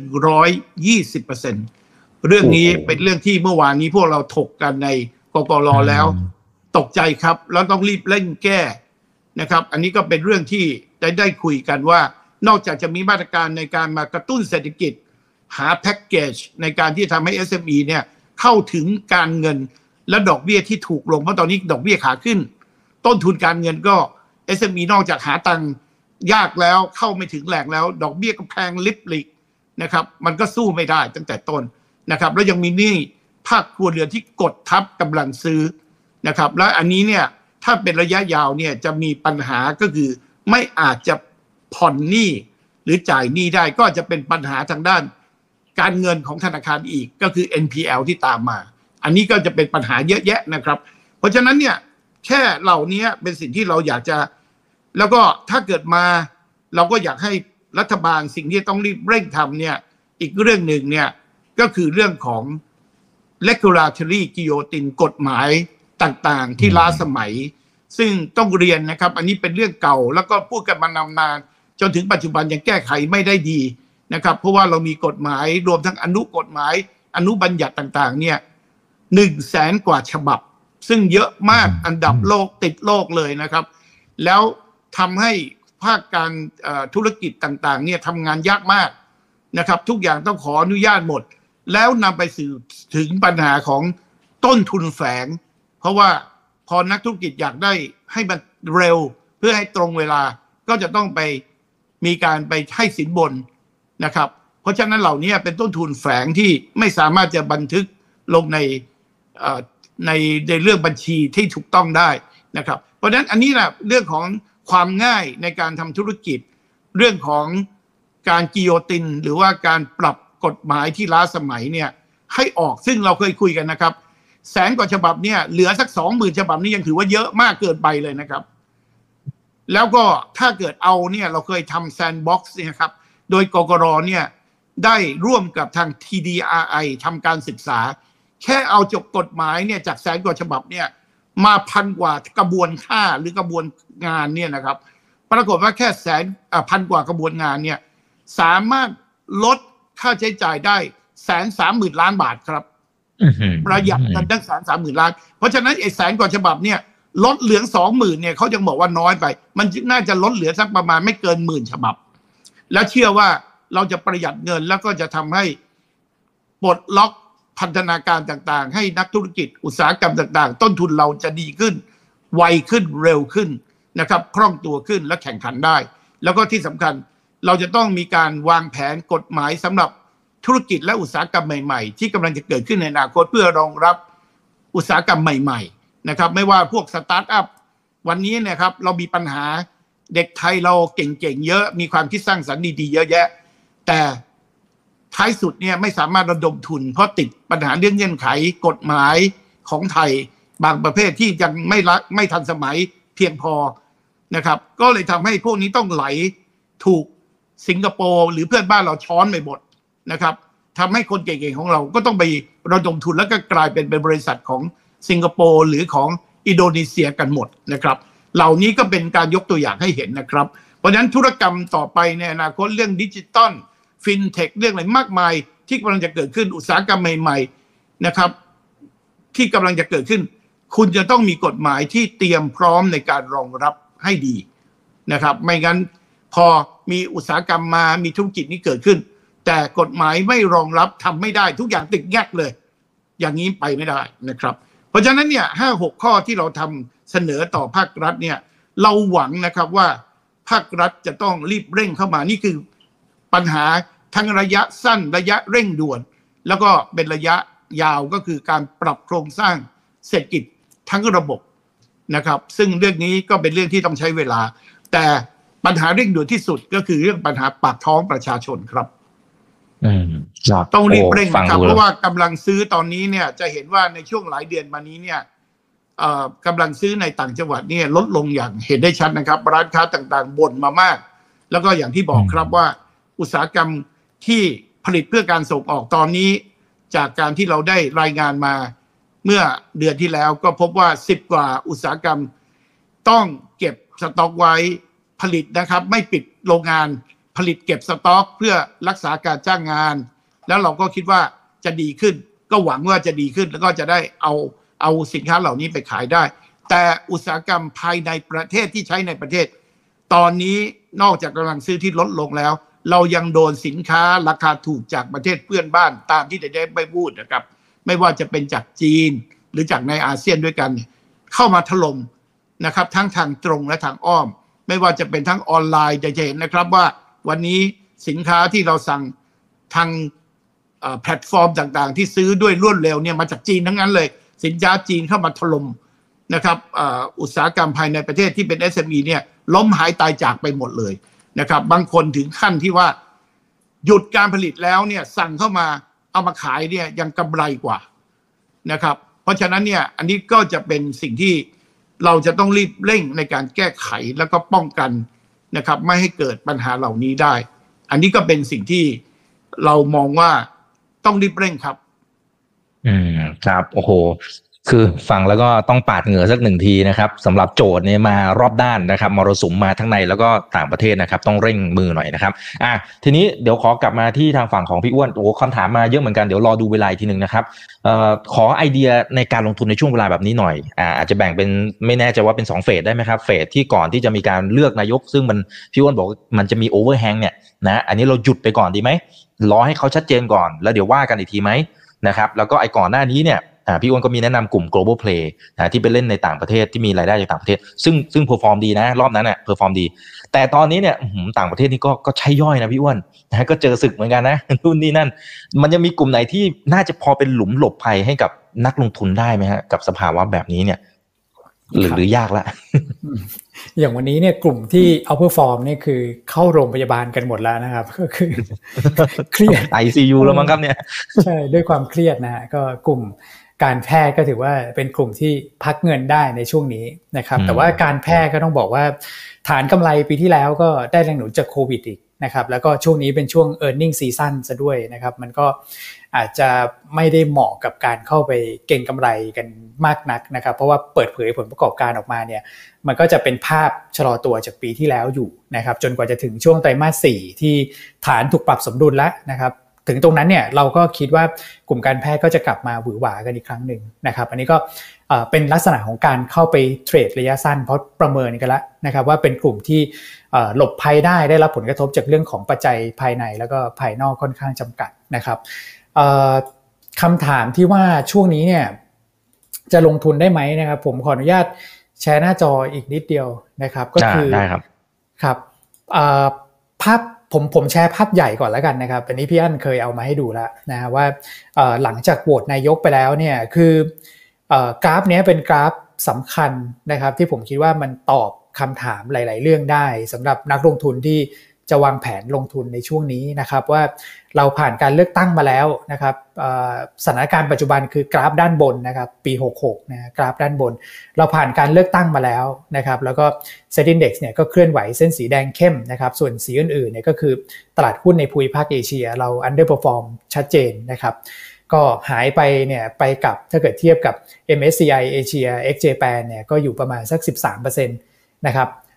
D: 120% เรื่องนี้เป็นเรื่องที่เมื่อวานนี้พวกเราถกกันในกกร.แล้วตกใจครับแล้วต้องรีบเร่งแก้นะครับอันนี้ก็เป็นเรื่องที่ได้คุยกันว่านอกจากจะมีมาตรการในการมากระตุ้นเศรษฐกิจหาแพ็กเกจในการที่ทำให้ SME เนี่ยเข้าถึงการเงินและดอกเบี้ยที่ถูกลงเพราะตอนนี้ดอกเบี้ยขาขึ้นต้นทุนการเงินก็ SME นอกจากหาตังค์ยากแล้วเข้าไม่ถึงแหล่งแล้วดอกเบี้ยก็แพงลิบลิกนะครับมันก็สู้ไม่ได้ตั้งแต่ต้นนะครับแล้วยังมีหนี้ภาคครัวเรือนที่กดทับกำลังซื้อนะครับและอันนี้เนี่ยถ้าเป็นระยะยาวเนี่ยจะมีปัญหาก็คือไม่อาจจะผ่อนหนี้หรือจ่ายหนี้ได้ก็จะเป็นปัญหาทางด้านการเงินของธนาคารอีกก็คือ NPL ที่ตามมาอันนี้ก็จะเป็นปัญหาเยอะแยะนะครับเพราะฉะนั้นเนี่ยแค่เหล่านี้เป็นสิ่งที่เราอยากจะแล้วก็ถ้าเกิดมาเราก็อยากให้รัฐบาลสิ่งที่ต้องรีบเร่งทำเนี่ยอีกเรื่องหนึ่งเนี่ยก็คือเรื่องของ regulatory guillotine กฎหมายต่างๆที่ล้าสมัยซึ่งต้องเรียนนะครับอันนี้เป็นเรื่องเก่าแล้วก็พูดกันมานานจนถึงปัจจุบันยังแก้ไขไม่ได้ดีนะครับเพราะว่าเรามีกฎหมายรวมทั้งอนุกฎหมายอนุบัญญัติต่างๆเนี่ย100,000 กว่าฉบับซึ่งเยอะมากอันดับโลกติดโลกเลยนะครับแล้วทำให้ภาคการธุรกิจต่างๆเนี่ยทำงานยากมากนะครับทุกอย่างต้องขออนุญาตหมดแล้วนำไปสู่ถึงปัญหาของต้นทุนแฝงเพราะว่าพอนักธุรกิจอยากได้ให้มันเร็วเพื่อให้ตรงเวลาก็จะต้องไปมีการไปให้สินบนนะครับเพราะฉะนั้นเหล่านี้เป็นต้นทุนแฝงที่ไม่สามารถจะบันทึกลงในเรื่องบัญชีที่ถูกต้องได้นะครับเพราะฉะนั้นอันนี้แหละเรื่องของความง่ายในการทำธุรกิจเรื่องของการกิโยตินหรือว่าการปรับกฎหมายที่ล้าสมัยเนี่ยให้ออกซึ่งเราเคยคุยกันนะครับ100,000 กว่าฉบับเนี่ยเหลือสัก 20,000 ฉบับนี่ยังถือว่าเยอะมากเกินไปเลยนะครับแล้วก็ถ้าเกิดเอาเนี่ยเราเคยทำแซนด์บ็อกซ์เนี่ยครับโดยกกร.เนี่ยได้ร่วมกับทาง TDRI ทำการศึกษาแค่เอาจบกฎหมายเนี่ยจาก100,000 กว่าฉบับเนี่ยมา1,000 กว่ากระบวนท่าหรือกระบวนงานเนี่ยนะครับปรากฏว่าแค่1,000 กว่ากระบวนงานเนี่ยสามารถลดค่าใช้จ่ายได้130,000 ล้านบาทครับประหยัดกันตั้ง130,000 ล้านเพราะฉะนั้นไอ้100,000 กว่าฉบับเนี่ยลดเหลือ 20,000 เนี่ยเขายังบอกว่าน้อยไปมันน่าจะลดเหลือสักประมาณไม่เกิน 10,000 ฉบับแล้วเชื่อว่าเราจะประหยัดเงินแล้วก็จะทำให้ปลดล็อกพันธนาการต่างๆให้นักธุรกิจอุตสาหกรรมต่างๆต้นทุนเราจะดีขึ้นไวขึ้นเร็วขึ้นนะครับคล่องตัวขึ้นและแข่งขันได้แล้วก็ที่สำคัญเราจะต้องมีการวางแผนกฎหมายสำหรับธุรกิจและอุตสาหกรรมใหม่ๆที่กำลังจะเกิดขึ้นในอนาคตเพื่อรองรับอุตสาหกรรมใหม่ๆนะครับไม่ว่าพวกสตาร์ทอัพวันนี้นะครับเรามีปัญหาเด็กไทยเราเก่งๆเยอะมีความคิดสร้างสรรค์ดีๆเยอะแยะแต่ท้ายสุดเนี่ยไม่สามารถระดมทุนเพราะติดปัญหาเรื่องเงื่อนไขกฎหมายของไทยบางประเภทที่ยังไม่ทันสมัยเพียงพอนะครับก็เลยทำให้พวกนี้ต้องไหลถูกสิงคโปร์หรือเพื่อนบ้านเราช้อนไปหมดนะครับทำให้คนเก่งๆของเราก็ต้องไประดมทุนแล้วก็กลายเป็นบริษัทของสิงคโปร์หรือของอินโดนีเซียกันหมดนะครับเหล่านี้ก็เป็นการยกตัวอย่างให้เห็นนะครับเพราะฉะนั้นธุรกรรมต่อไปในอนาคตเรื่องดิจิตอลฟินเทคเรื่องอะไรมากมายที่กำลังจะเกิดขึ้นอุตสาหกรรมใหม่ๆนะครับที่กำลังจะเกิดขึ้นคุณจะต้องมีกฎหมายที่เตรียมพร้อมในการรองรับให้ดีนะครับไม่งั้นพอมีอุตสาหกรรมมามีธุรกิจนี้เกิดขึ้นแต่กฎหมายไม่รองรับทำไม่ได้ทุกอย่างติดแงกเลยอย่างนี้ไปไม่ได้นะครับเพราะฉะนั้นเนี่ย5-6 ข้อที่เราทำเสนอต่อภาครัฐเนี่ยเราหวังนะครับว่าภาครัฐจะต้องรีบเร่งเข้ามานี่คือปัญหาทั้งระยะสั้นระยะเร่งด่วนแล้วก็เป็นระยะยาวก็คือการปรับโครงสร้างเศรษฐกิจทั้งระบบนะครับซึ่งเรื่องนี้ก็เป็นเรื่องที่ต้องใช้เวลาแต่ปัญหาเร่งด่วนที่สุดก็คือเรื่องปัญหาปากท้องประชาชนครับต้องรีบเร่งนะครับเพราะว่ากำลังซื้อตอนนี้เนี่ยจะเห็นว่าในช่วงหลายเดือนมานี้เนี่ยกำลังซื้อในต่างจังหวัดเนี่ยลดลงอย่างเห็นได้ชัดนะครับร้านค้าต่างๆบ่นมามากแล้วก็อย่างที่บอกครับว่าอุตสาหกรรมที่ผลิตเพื่อการส่งออกตอนนี้จากการที่เราได้รายงานมาเมื่อเดือนที่แล้วก็พบว่า10 กว่าอุตสาหกรรมต้องเก็บสต็อกไว้ผลิตนะครับไม่ปิดโรงงานผลิตเก็บสต็อกเพื่อรักษาการจ้างงานแล้วเราก็คิดว่าจะดีขึ้นก็หวังว่าจะดีขึ้นแล้วก็จะได้เอาสินค้าเหล่านี้ไปขายได้แต่อุตสาหกรรมภายในประเทศที่ใช้ในประเทศตอนนี้นอกจากกำลังซื้อที่ลดลงแล้วเรายังโดนสินค้าราคาถูกจากประเทศเพื่อนบ้านตามที่ได้ไปพูดนะครับไม่ว่าจะเป็นจากจีนหรือจากในอาเซียนด้วยกันเข้ามาถล่มนะครับทั้งทางตรงและทางอ้อมไม่ว่าจะเป็นทั้งออนไลน์จะเห็นนะครับว่าวันนี้สินค้าที่เราสั่งทางแพลตฟอร์มต่างๆที่ซื้อด้วยรวดเร็วเนี่ยมาจากจีนทั้งนั้นเลยสินค้าจีนเข้ามาถล่มนะครับอุตสาหกรรมภายในประเทศที่เป็น SME เนี่ยล้มหายตายจากไปหมดเลยนะครับบางคนถึงขั้นที่ว่าหยุดการผลิตแล้วเนี่ยสั่งเข้ามาเอามาขายเนี่ยยังกำไรกว่านะครับเพราะฉะนั้นเนี่ยอันนี้ก็จะเป็นสิ่งที่เราจะต้องรีบเร่งในการแก้ไขแล้วก็ป้องกันนะครับไม่ให้เกิดปัญหาเหล่านี้ได้อันนี้ก็เป็นสิ่งที่เรามองว่าต้องรีบเร่งครับ
B: ครับโอ้โหคือฟังแล้วก็ต้องปาดเหงื่อสักหนึ่งทีนะครับสำหรับโจทย์เนี่ยมารอบด้านนะครับมรสุมมาทั้งในแล้วก็ต่างประเทศนะครับต้องเร่งมือหน่อยนะครับทีนี้เดี๋ยวขอกลับมาที่ทางฝั่งของพี่อ้วนโอ้คำถามมาเยอะเหมือนกันเดี๋ยวรอดูเวลาทีนึงนะครับขอไอเดียในการลงทุนในช่วงเวลาแบบนี้หน่อยอาจจะแบ่งเป็นไม่แน่ใจว่าเป็น2 เฟสได้ไหมครับเฟสที่ก่อนที่จะมีการเลือกนายกซึ่งมันพี่อ้วนบอกมันจะมีโอเวอร์แฮงเนี่ยนะอันนี้เราหยุดไปก่อนดีไหมรอให้เขาชัดเจนก่อนแล้วเดี๋ยวว่ากันอีกทีไหมนะครับแล้วก็ไอ้ก่อนหน้านี้เนี่ยพี่อ้วนก็มีแนะนำกลุ่ม global play ที่ไปเล่นในต่างประเทศที่มีรายได้จากต่างประเทศซึ่งเพอร์ฟอร์มดีนะรอบนั้นเพอร์ฟอร์มดีแต่ตอนนี้เนี่ยต่างประเทศนี่ก็ใช้ย่อยนะพี่อ้วนนะก็เจอศึกเหมือนกันนะนู่นนี่นั่นมันยังมีกลุ่มไหนที่น่าจะพอเป็นหลุมหลบภัยให้กับนักลงทุนได้ไหมฮะกับสภาวะแบบนี้เนี่ยหรือยากละ
C: อย่างวันนี้เนี่ยกลุ่มที่เอาเพอร์ฟอร์มนี่คือเข้าโรงพยาบาลกันหมดแล้วนะครับก็คือเครียด
B: ICU แล้วมั้งครับเนี่ย
C: ใช่ด้วยความเครียดนะฮะก็กลุ่มการแพทย์ก็ถือว่าเป็นกลุ่มที่พักเงินได้ในช่วงนี้นะครับแต่ว่าการแพทย์ก็ต้องบอกว่าฐานกำไรปีที่แล้วก็ได้แรงหนุนจากโควิดอีกนะครับแล้วก็ช่วงนี้เป็นช่วง earning season ซะด้วยนะครับมันก็อาจจะไม่ได้เหมาะกับการเข้าไปเก็งกำไรกันมากนักนะครับเพราะว่าเปิดเผยผลประกอบการออกมาเนี่ยมันก็จะเป็นภาพชะลอตัวจากปีที่แล้วอยู่นะครับจนกว่าจะถึงช่วงไตรมาส 4ที่ฐานถูกปรับสมดุลแล้วนะครับถึงตรงนั้นเนี่ยเราก็คิดว่ากลุ่มการแพทย์ก็จะกลับมาหวือหวากันอีกครั้งหนึ่งนะครับอันนี้ก็เป็นลักษณะของการเข้าไปเทรดระยะสั้นเพราะประเมินกันแล้วนะครับว่าเป็นกลุ่มที่หลบภัยได้รับผลกระทบจากเรื่องของปัจจัยภายในแล้วก็ภายนอกค่อนข้างจำกัดนะครับคำถามที่ว่าช่วงนี้เนี่ยจะลงทุนได้ไหมนะครับผมขออนุญาตแชร์หน้าจออีกนิดเดียวนะครับก็คือ
B: ได้ครับ
C: ครับภาพผมแชร์ภาพใหญ่ก่อนแล้วกันนะครับอันนี้พี่อั้นเคยเอามาให้ดูแล้วนะว่าหลังจากโหวตนายกไปแล้วเนี่ยคือกราฟนี้เป็นกราฟสำคัญนะครับที่ผมคิดว่ามันตอบคำถามหลายๆเรื่องได้สำหรับนักลงทุนที่จะวางแผนลงทุนในช่วงนี้นะครับว่าเราผ่านการเลือกตั้งมาแล้วนะครับสถานการณ์ปัจจุบันคือกราฟด้านบนนะครับปี66นะกราฟด้านบนเราผ่านการเลือกตั้งมาแล้วนะครับแล้วก็เซ็ตอินเด็กซ์เนี่ยก็เคลื่อนไหวเส้นสีแดงเข้มนะครับส่วนสีอื่นๆเนี่ยก็คือตลาดหุ้นในภูมิภาคเอเชียเราอันเดอร์เพอร์ฟอร์มชัดเจนนะครับก็หายไปเนี่ยไปกับถ้าเกิดเทียบกับ MSCI Asia Ex Japan เนี่ยก็อยู่ประมาณสัก 13% นะครับ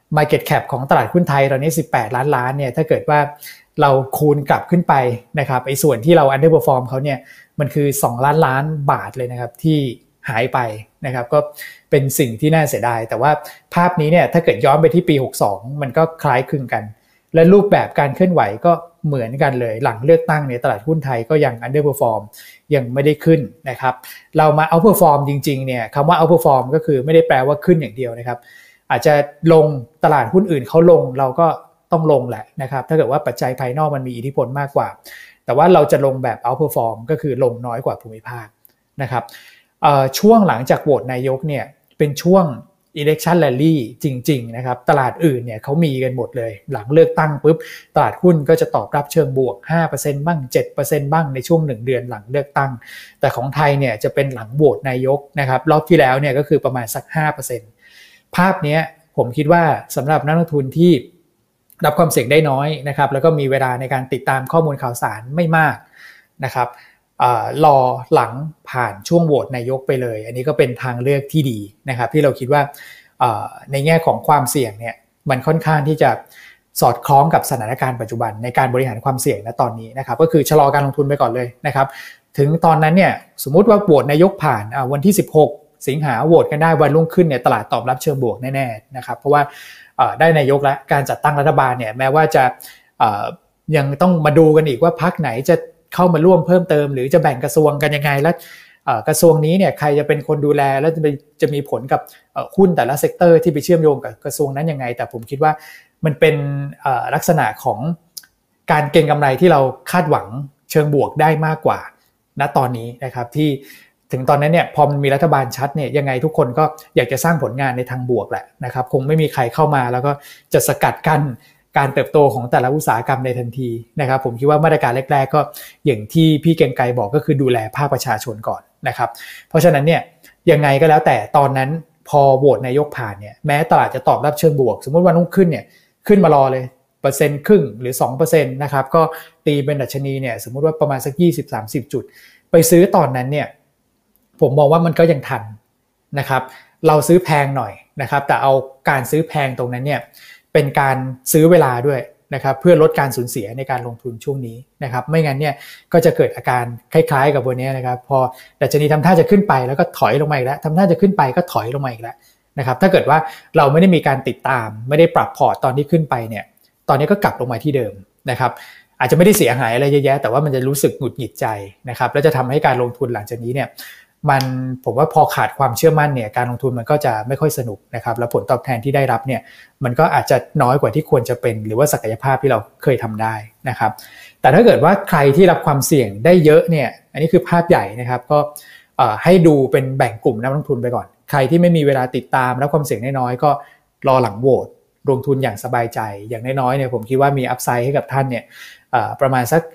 C: market cap ของตลาดหุ้นไทยตอนนี้18ล้านล้านเนี่ยถ้าเกิดว่าเราคูณกลับขึ้นไปนะครับไอ้ส่วนที่เรา underperform เขาเนี่ยมันคือ2ล้านล้านบาทเลยนะครับที่หายไปนะครับก็เป็นสิ่งที่น่าเสียดายแต่ว่าภาพนี้เนี่ยถ้าเกิดย้อนไปที่ปี62มันก็คล้ายคลึงกันและรูปแบบการเคลื่อนไหวก็เหมือนกันเลยหลังเลือกตั้งเนี่ยตลาดหุ้นไทยก็ยัง underperform ยังไม่ได้ขึ้นนะครับเรามา outperform จริงๆเนี่ยคำว่า outperform ก็คือไม่ได้แปลว่าขึ้นอย่างเดียวนะครับอาจจะลงตลาดหุ้นอื่นเขาลงเราก็ต้องลงแหละนะครับถ้าเกิดว่าปัจจัยภายนอกมันมีอิทธิพลมากกว่าแต่ว่าเราจะลงแบบ outperform ก็คือลงน้อยกว่าภูมิภาคนะครับช่วงหลังจากโหวตนายกเนี่ยเป็นช่วง election rally จริงๆนะครับตลาดอื่นเนี่ยเขามีกันหมดเลยหลังเลือกตั้งปุ๊บตลาดหุ้นก็จะตอบรับเชิงบวก 5% บ้าง 7% บ้างในช่วง1เดือนหลังเลือกตั้งแต่ของไทยเนี่ยจะเป็นหลังโหวตนายกนะครับรอบที่แล้วเนี่ยก็คือประมาณสัก 5% ภาพนี้ผมคิดว่าสำหรับนักลงทุนที่รับความเสี่ยงได้น้อยนะครับแล้วก็มีเวลาในการติดตามข้อมูลข่าวสารไม่มากนะครับรอหลังผ่านช่วงโหวตนายกไปเลยอันนี้ก็เป็นทางเลือกที่ดีนะครับที่เราคิดว่าในแง่ของความเสี่ยงเนี่ยมันค่อนข้างที่จะสอดคล้องกับสถานการณ์ปัจจุบันในการบริหารความเสี่ยงณตอนนี้นะครับก็คือชะลอการลงทุนไปก่อนเลยนะครับถึงตอนนั้นเนี่ยสมมุติว่าโหวตนายกผ่านวันที่16สิงหาโหวตกันได้วันรุ่งขึ้นเนี่ยตลาดตอบรับเชิงบวกแน่ๆนะครับเพราะว่าได้นายกและการจัดตั้งรัฐบาลเนี่ยแม้ว่าจะยังต้องมาดูกันอีกว่าพรรคไหนจะเข้ามาร่วมเพิ่มเติมหรือจะแบ่งกระทรวงกันยังไงและกระทรวงนี้เนี่ยใครจะเป็นคนดูแลแล้วจะมีผลกับหุ้นแต่ละเซกเตอร์ที่ไปเชื่อมโยงกับกระทรวงนั้นยังไงแต่ผมคิดว่ามันเป็นลักษณะของการเก็งกำไรที่เราคาดหวังเชิงบวกได้มากกว่าณตอนนี้นะครับที่ถึงตอนนั้นเนี่ยพอมันมีรัฐบาลชัดเนี่ยยังไงทุกคนก็อยากจะสร้างผลงานในทางบวกแหละนะครับคงไม่มีใครเข้ามาแล้วก็จะสกัดกั้นการเติบโตของแต่ละอุตสาหกรรมในทันทีนะครับผมคิดว่ามาตรการแรกๆก็อย่างที่พี่เกรียงไกรบอกก็คือดูแลภาคประชาชนก่อนนะครับเพราะฉะนั้นเนี่ยยังไงก็แล้วแต่ตอนนั้นพอโหวตนายกผ่านเนี่ยแม้ตลาดจะตอบรับเชิงบวกสมมติวันรุ่งขึ้นเนี่ยขึ้นมารอเลย1%ครึ่งหรือ 2% นะครับก็ตีเป็นดัชนีเนี่ยสมมุติว่าประมาณสัก 20-30 จุดไปซื้อตอนนั้นเนี่ยผมมองว่ามันก็ยังทันนะครับเราซื้อแพงหน่อยนะครับแต่เอาการซื้อแพงตรงนั้นเนี่ยเป็นการซื้อเวลาด้วยนะครับเพื่อลดการสูญเสียในการลงทุนช่วงนี้นะครับไม่งั้นเนี่ยก็จะเกิดอาการคล้ายๆกับวันนี้นะครับพอดัชนีทำท่าจะขึ้นไปแล้วก็ถอยลงมาอีกแล้วทำท่าจะขึ้นไปก็ถอยลงมาอีกแล้วนะครับถ้าเกิดว่าเราไม่ได้มีการติดตามไม่ได้ปรับพอร์ตตอนที่ขึ้นไปเนี่ยตอนนี้ก็กลับลงมาที่เดิมนะครับอาจจะไม่ได้เสียหายอะไรเยอะแยะแต่ว่ามันจะรู้สึกหงุดหงิดใจนะครับแล้วจะทำให้การลงทุนหลังจากนี้เนี่ยผมว่าพอขาดความเชื่อมั่นเนี่ยการลงทุนมันก็จะไม่ค่อยสนุกนะครับแล้วผลตอบแทนที่ได้รับเนี่ยมันก็อาจจะน้อยกว่าที่ควรจะเป็นหรือว่าศักยภาพที่เราเคยทำได้นะครับแต่ถ้าเกิดว่าใครที่รับความเสี่ยงได้เยอะเนี่ยอันนี้คือภาพใหญ่นะครับก็ให้ดูเป็นแบ่งกลุ่มนักลงทุนไปก่อนใครที่ไม่มีเวลาติดตามรับความเสี่ยงน้อยๆก็รอหลังโหวตลงทุนอย่างสบายใจอย่างน้อยๆเนี่ยผมคิดว่ามีอัพไซด์ให้กับท่านเนี่ยประมาณสัก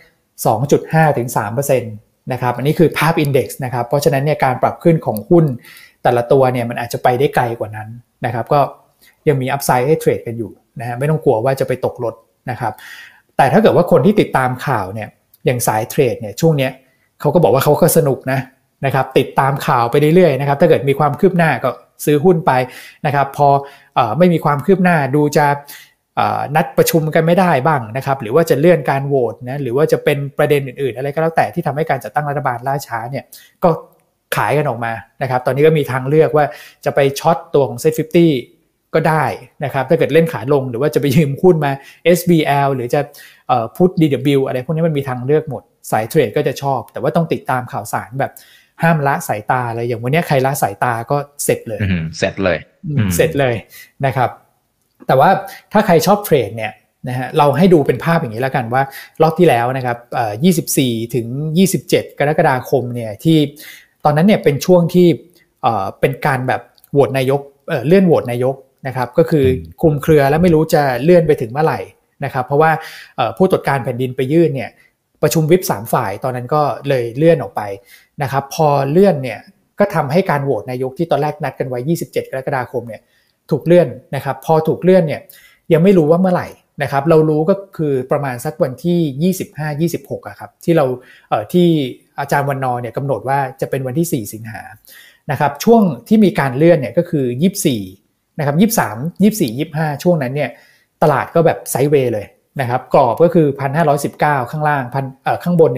C: 2.5 ถึง 3%นะครับอันนี้คือภาพ Index นะครับเพราะฉะนั้นเนี่ยการปรับขึ้นของหุ้นแต่ละตัวเนี่ยมันอาจจะไปได้ไกลกว่านั้นนะครับก็ยังมีอัพไซด์ให้เทรดกันอยู่นะฮะไม่ต้องกลัวว่าจะไปตกรถนะครับแต่ถ้าเกิดว่าคนที่ติดตามข่าวเนี่ยอย่างสายเทรดเนี่ยช่วงเนี้ยเขาก็บอกว่าเขาก็สนุกนะครับติดตามข่าวไปเรื่อยๆนะครับถ้าเกิดมีความคืบหน้าก็ซื้อหุ้นไปนะครับพอไม่มีความคืบหน้าดูจะนัดประชุมกันไม่ได้บ้างนะครับหรือว่าจะเลื่อนการโหวตนะหรือว่าจะเป็นประเด็นอื่นๆอะไรก็แล้วแต่ที่ทำให้การจัดตั้งรัฐบาลล่าช้าเนี่ยก็ขายกันออกมานะครับตอนนี้ก็มีทางเลือกว่าจะไปช็อตตัวของ Set50 ก็ได้นะครับถ้าเกิดเล่นขาลงหรือว่าจะไปยืมหุ้นมา SBL หรือจะพุท DW อะไรพวกนี้มันมีทางเลือกหมดสายเทรดก็จะชอบแต่ว่าต้องติดตามข่าวสารแบบห้ามละสายตาเลยอย่างวันนี้ใครละสายตาก็เสร็จเลย
B: เสร็จเลย
C: นะครับแต่ว่าถ้าใครชอบเทรดเนี่ยนะฮะเราให้ดูเป็นภาพอย่างนี้แล้วกันว่ารอบที่แล้วนะครับ24ถึง27กรกฎาคมเนี่ยที่ตอนนั้นเนี่ยเป็นช่วงที่เป็นการแบบโหวตนายกเลื่อนโหวตนายกนะครับก็คือคลุมเครือแล้วไม่รู้จะเลื่อนไปถึงเมื่อไหร่นะครับเพราะว่าผู้ตรวจการแผ่นดินไปยื่นเนี่ยประชุมวิป3ฝ่ายตอนนั้นก็เลยเลื่อนออกไปนะครับพอเลื่อนเนี่ยก็ทำให้การโหวตนายกที่ตอนแรกนัดกันไว้27กรกฎาคมเนี่ยถูกเลื่อนนะครับพอถูกเลื่อนเนี่ยยังไม่รู้ว่าเมื่อไหร่นะครับเรารู้ก็คือประมาณสักวันที่25-26อะครับที่เราที่อาจารย์วันนอเนี่ยกำหนดว่าจะเป็นวันที่4สิงหานะครับช่วงที่มีการเลื่อนเนี่ยก็คือ24 นะครับ23 24 25ช่วงนั้นเนี่ยตลาดก็แบบไซด์เวย์เลยนะครับกรอบก็คือ 1,519 ข้างล่างข้างบน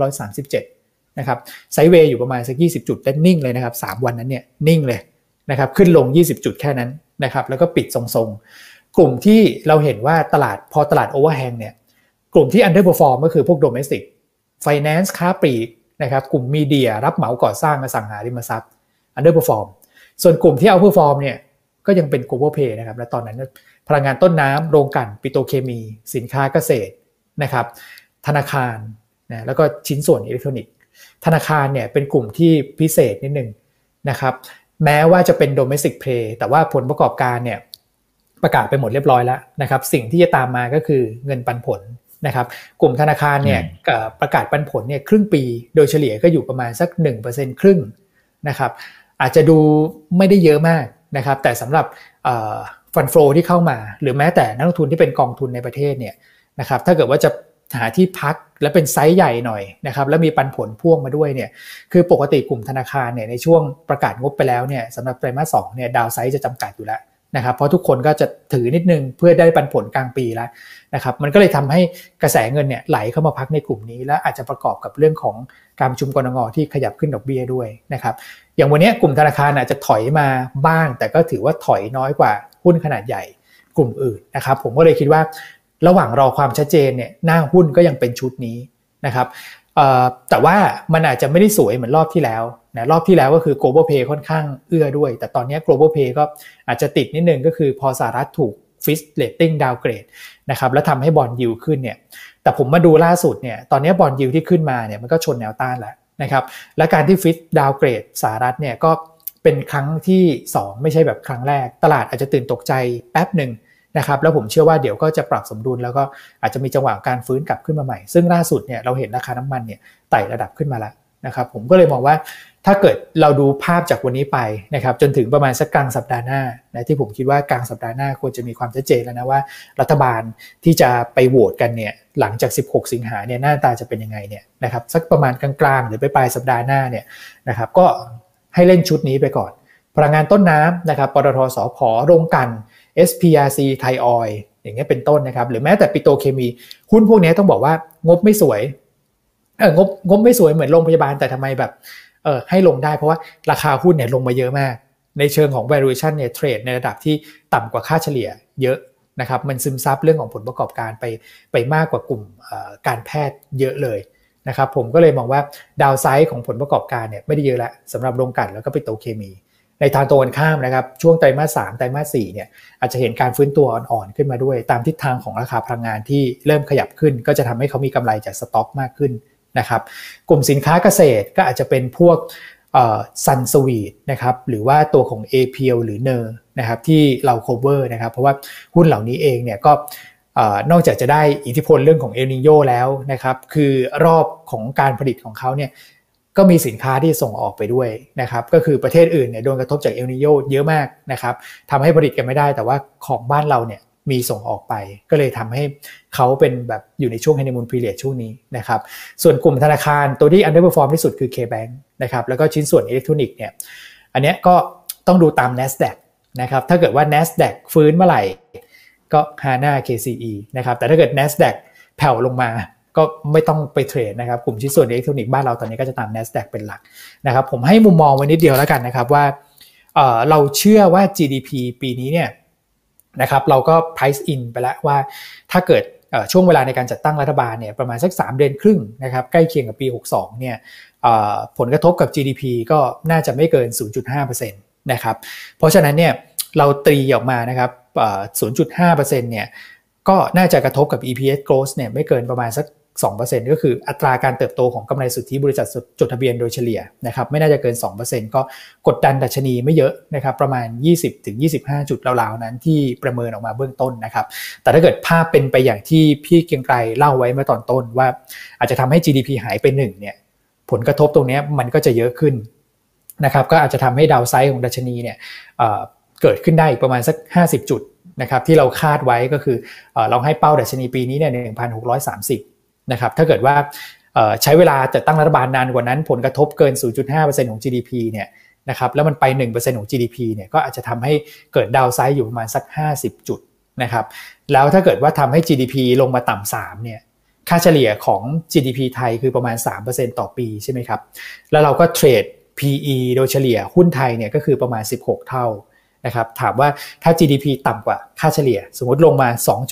C: 1,537 นะครับไซด์เวย์อยู่ประมาณสัก20จุดและนิ่งเลยนะครับ3วันนั้นเนี่ยนิ่งเลยนะครับขึ้นลง20จุดแค่นั้นนะครับแล้วก็ปิดทรงๆกลุ่มที่เราเห็นว่าพอตลาดโอเวอร์แฮงเนี่ยกลุ่มที่ underperform ก็คือพวก domestic finance ค้าปลีกนะครับกลุ่มมีเดียรับเหมาก่อสร้างอสังหาริมทรัพย์ underperform ส่วนกลุ่มที่ outperform เนี่ยก็ยังเป็น global play นะครับและตอนนั้นพลังงานต้นน้ำโรงกลั่นปิโตรเคมีสินค้าเกษตรนะครับธนาคารนะแล้วก็ชิ้นส่วนอิเล็กทรอนิกส์ธนาคารเนี่ยเป็นกลุ่มที่พิเศษนิดนึงนะครับแม้ว่าจะเป็น domestic play แต่ว่าผลประกอบการเนี่ยประกาศไปหมดเรียบร้อยแล้วนะครับสิ่งที่จะตามมาก็คือเงินปันผลนะครับกลุ่มธนาคารเนี่ยประกาศปันผลเนี่ยครึ่งปีโดยเฉลี่ยก็อยู่ประมาณสัก 1% ครึ่งนะครับอาจจะดูไม่ได้เยอะมากนะครับแต่สำหรับฟันโฟลที่เข้ามาหรือแม้แต่นักลงทุนที่เป็นกองทุนในประเทศเนี่ยนะครับถ้าเกิดว่าจะหาที่พักและเป็นไซส์ใหญ่หน่อยนะครับแล้วมีปันผลพ่วงมาด้วยเนี่ยคือปกติกลุ่มธนาคารเนี่ยในช่วงประกาศงบไปแล้วเนี่ยสำหรับไตรมาส 2เนี่ยดาวไซส์จะจำกัดอยู่แล้วนะครับเพราะทุกคนก็จะถือนิดนึงเพื่อได้ปันผลกลางปีแล้วนะครับมันก็เลยทำให้กระแสเงินเนี่ยไหลเข้ามาพักในกลุ่มนี้และอาจจะประกอบกับเรื่องของการประชุมกนง.ที่ขยับขึ้นดอกเบี้ยด้วยนะครับอย่างวันนี้กลุ่มธนาคารอาจจะถอยมาบ้างแต่ก็ถือว่าถอยน้อยกว่าหุ้นขนาดใหญ่กลุ่มอื่นนะครับผมก็เลยคิดว่าระหว่างรอความชัดเจนเนี่ยหน้าหุ้นก็ยังเป็นชุดนี้นะครับแต่ว่ามันอาจจะไม่ได้สวยเหมือนรอบที่แล้วนะรอบที่แล้วก็คือ global play ค่อนข้างเอื้อด้วยแต่ตอนนี้ global play ก็อาจจะติดนิดนึงก็คือพอสหรัฐถูก Fitch Rating downgrade นะครับแล้วทำให้บอนด์ยิลด์ขึ้นเนี่ยแต่ผมมาดูล่าสุดเนี่ยตอนนี้บอนด์ยิลด์ที่ขึ้นมาเนี่ยมันก็ชนแนวต้านแล้วนะครับและการที่ Fitch downgrade สหรัฐเนี่ยก็เป็นครั้งที่2ไม่ใช่แบบครั้งแรกตลาดอาจจะตื่นตกใจแป๊บนึงนะครับแล้วผมเชื่อว่าเดี๋ยวก็จะปรับสมดุลแล้วก็อาจจะมีจังหวะการฟื้นกลับขึ้นมาใหม่ซึ่งล่าสุดเนี่ยเราเห็นราคาน้ำมันเนี่ยไต่ระดับขึ้นมาแล้วนะครับผมก็เลยมองว่าถ้าเกิดเราดูภาพจากวันนี้ไปนะครับจนถึงประมาณสักกลางสัปดาห์หน้านะที่ผมคิดว่ากลางสัปดาห์หน้าควรจะมีความชัดเจนแล้วนะว่ารัฐบาลที่จะไปโหวตกันเนี่ยหลังจาก16สิงหาเนี่ยหน้าตาจะเป็นยังไงเนี่ยนะครับสักประมาณกลางๆหรือปลายสัปดาห์หน้าเนี่ยนะครับก็ให้เล่นชุดนี้ไปก่อนพลังงานต้นน้ำนะครับปตท.สผ.โรงกลั่น SPRC ไทยออยล์อย่างเงี้ยเป็นต้นนะครับหรือแม้แต่ปิโตรเคมีหุ้นพวกนี้ต้องบอกว่างบไม่สวยงบไม่สวยเหมือนโรงพยาบาลแต่ทำไมแบบให้ลงได้เพราะว่าราคาหุ้นเนี่ยลงมาเยอะมากในเชิงของ valuation เนี่ยเทรดในระดับที่ต่ำกว่าค่าเฉลี่ยเยอะนะครับมันซึมซับเรื่องของผลประกอบการไปมากกว่ากลุ่มการแพทย์เยอะเลยนะครับผมก็เลยมองว่าดาวไซด์ของผลประกอบการเนี่ยไม่ได้เยอะละสำหรับโรงกลั่นแล้วก็ปิโตรเคมีในทางตรงกันข้ามนะครับช่วงไตรมาส 3ไตรมาส 4เนี่ยอาจจะเห็นการฟื้นตัวอ่อนๆขึ้นมาด้วยตามทิศทางของราคาพลังงานที่เริ่มขยับขึ้นก็จะทำให้เขามีกำไรจากสต็อกมากขึ้นนะครับกลุ่มสินค้าเกษตรก็อาจจะเป็นพวกซันสวีทนะครับหรือว่าตัวของ APL หรือเนอร์นะครับที่เรา cover นะครับเพราะว่าหุ้นเหล่านี้เองเนี่ยก็นอกจากจะได้อิทธิพลเรื่องของเอลนิโญแล้วนะครับคือรอบของการผลิตของเขาเนี่ยก็มีสินค้าที่ส่งออกไปด้วยนะครับก็คือประเทศอื่นเนี่ยโดนกระทบจากเอลนิโญเยอะมากนะครับทำให้ผลิตกันไม่ได้แต่ว่าของบ้านเราเนี่ยมีส่งออกไปก็เลยทำให้เขาเป็นแบบอยู่ในช่วง honeymoon period ช่วงนี้นะครับส่วนกลุ่มธนาคารตัวที่ underperform ที่สุดคือ KBank นะครับแล้วก็ชิ้นส่วนอิเล็กทรอนิกส์เนี่ยอันนี้ก็ต้องดูตาม NASDAQ นะครับถ้าเกิดว่า NASDAQ ฟื้นเมื่อไหร่ก็ HANA KCE นะครับแต่ถ้าเกิด NASDAQ แผ่วลงมาก็ไม่ต้องไปเทรดนะครับกลุ่มชิ้นส่วนอิเล็กทรอนิกส์บ้านเราตอนนี้ก็จะตาม NASDAQ เป็นหลักนะครับผมให้มุมมองไว้นิดเดียวแล้วกันนะครับว่าเราเชื่อว่า GDP ปีนี้เนี่ยนะครับเราก็ price in ไปแล้วว่าถ้าเกิดช่วงเวลาในการจัดตั้งรัฐบาลเนี่ยประมาณสัก3เดือนครึ่งนะครับใกล้เคียงกับปี62เนี่ยผลกระทบกับ GDP ก็น่าจะไม่เกิน 0.5% นะครับเพราะฉะนั้นเนี่ยเราตีออกมานะครับ0.5% เนี่ยก็น่าจะกระทบกับ EPS growth เนี่ยไม่เกินประมาณสัก 2% ก็คืออัตราการเติบโตของกำไรสุทธิบริษัทจดทะเบียนโดยเฉลี่ยนะครับไม่น่าจะเกิน 2% ก็กดดันดัชนีไม่เยอะนะครับประมาณ 20-25 จุดราวๆนั้นที่ประเมินออกมาเบื้องต้นนะครับแต่ถ้าเกิดภาพเป็นไปอย่างที่พี่เกรียงไกรเล่าไว้เมื่อตอนต้นว่าอาจจะทำให้ GDP หายไป1เนี่ยผลกระทบตรงนี้มันก็จะเยอะขึ้นนะครับก็อาจจะทำให้ดาวไซด์ของดัชนีเนี่ยเกิดขึ้นได้อีกประมาณสัก50จุดนะครับที่เราคาดไว้ก็คือเราให้เป้าดัชนีปีนี้เนี่ย 1,630 นะครับถ้าเกิดว่าใช้เวลาจัดตั้งรัฐบาลนานกว่านั้นผลกระทบเกิน 0.5% ของ GDP เนี่ยนะครับแล้วมันไป 1% ของ GDP เนี่ยก็อาจจะทำให้เกิดดาวไซด์อยู่ประมาณสัก50จุดนะครับแล้วถ้าเกิดว่าทำให้ GDP ลงมาต่ำ3เนี่ยค่าเฉลี่ยของ GDP ไทยคือประมาณ 3% ต่อปีใช่ไหมครับแล้วเราก็เทรด PE โดยเฉลี่ยหุ้นไทยเนี่ยก็คือประมาณ16เท่านะครับถามว่าถ้า GDP ต่ำกว่าค่าเฉลี่ยสมมติลงมา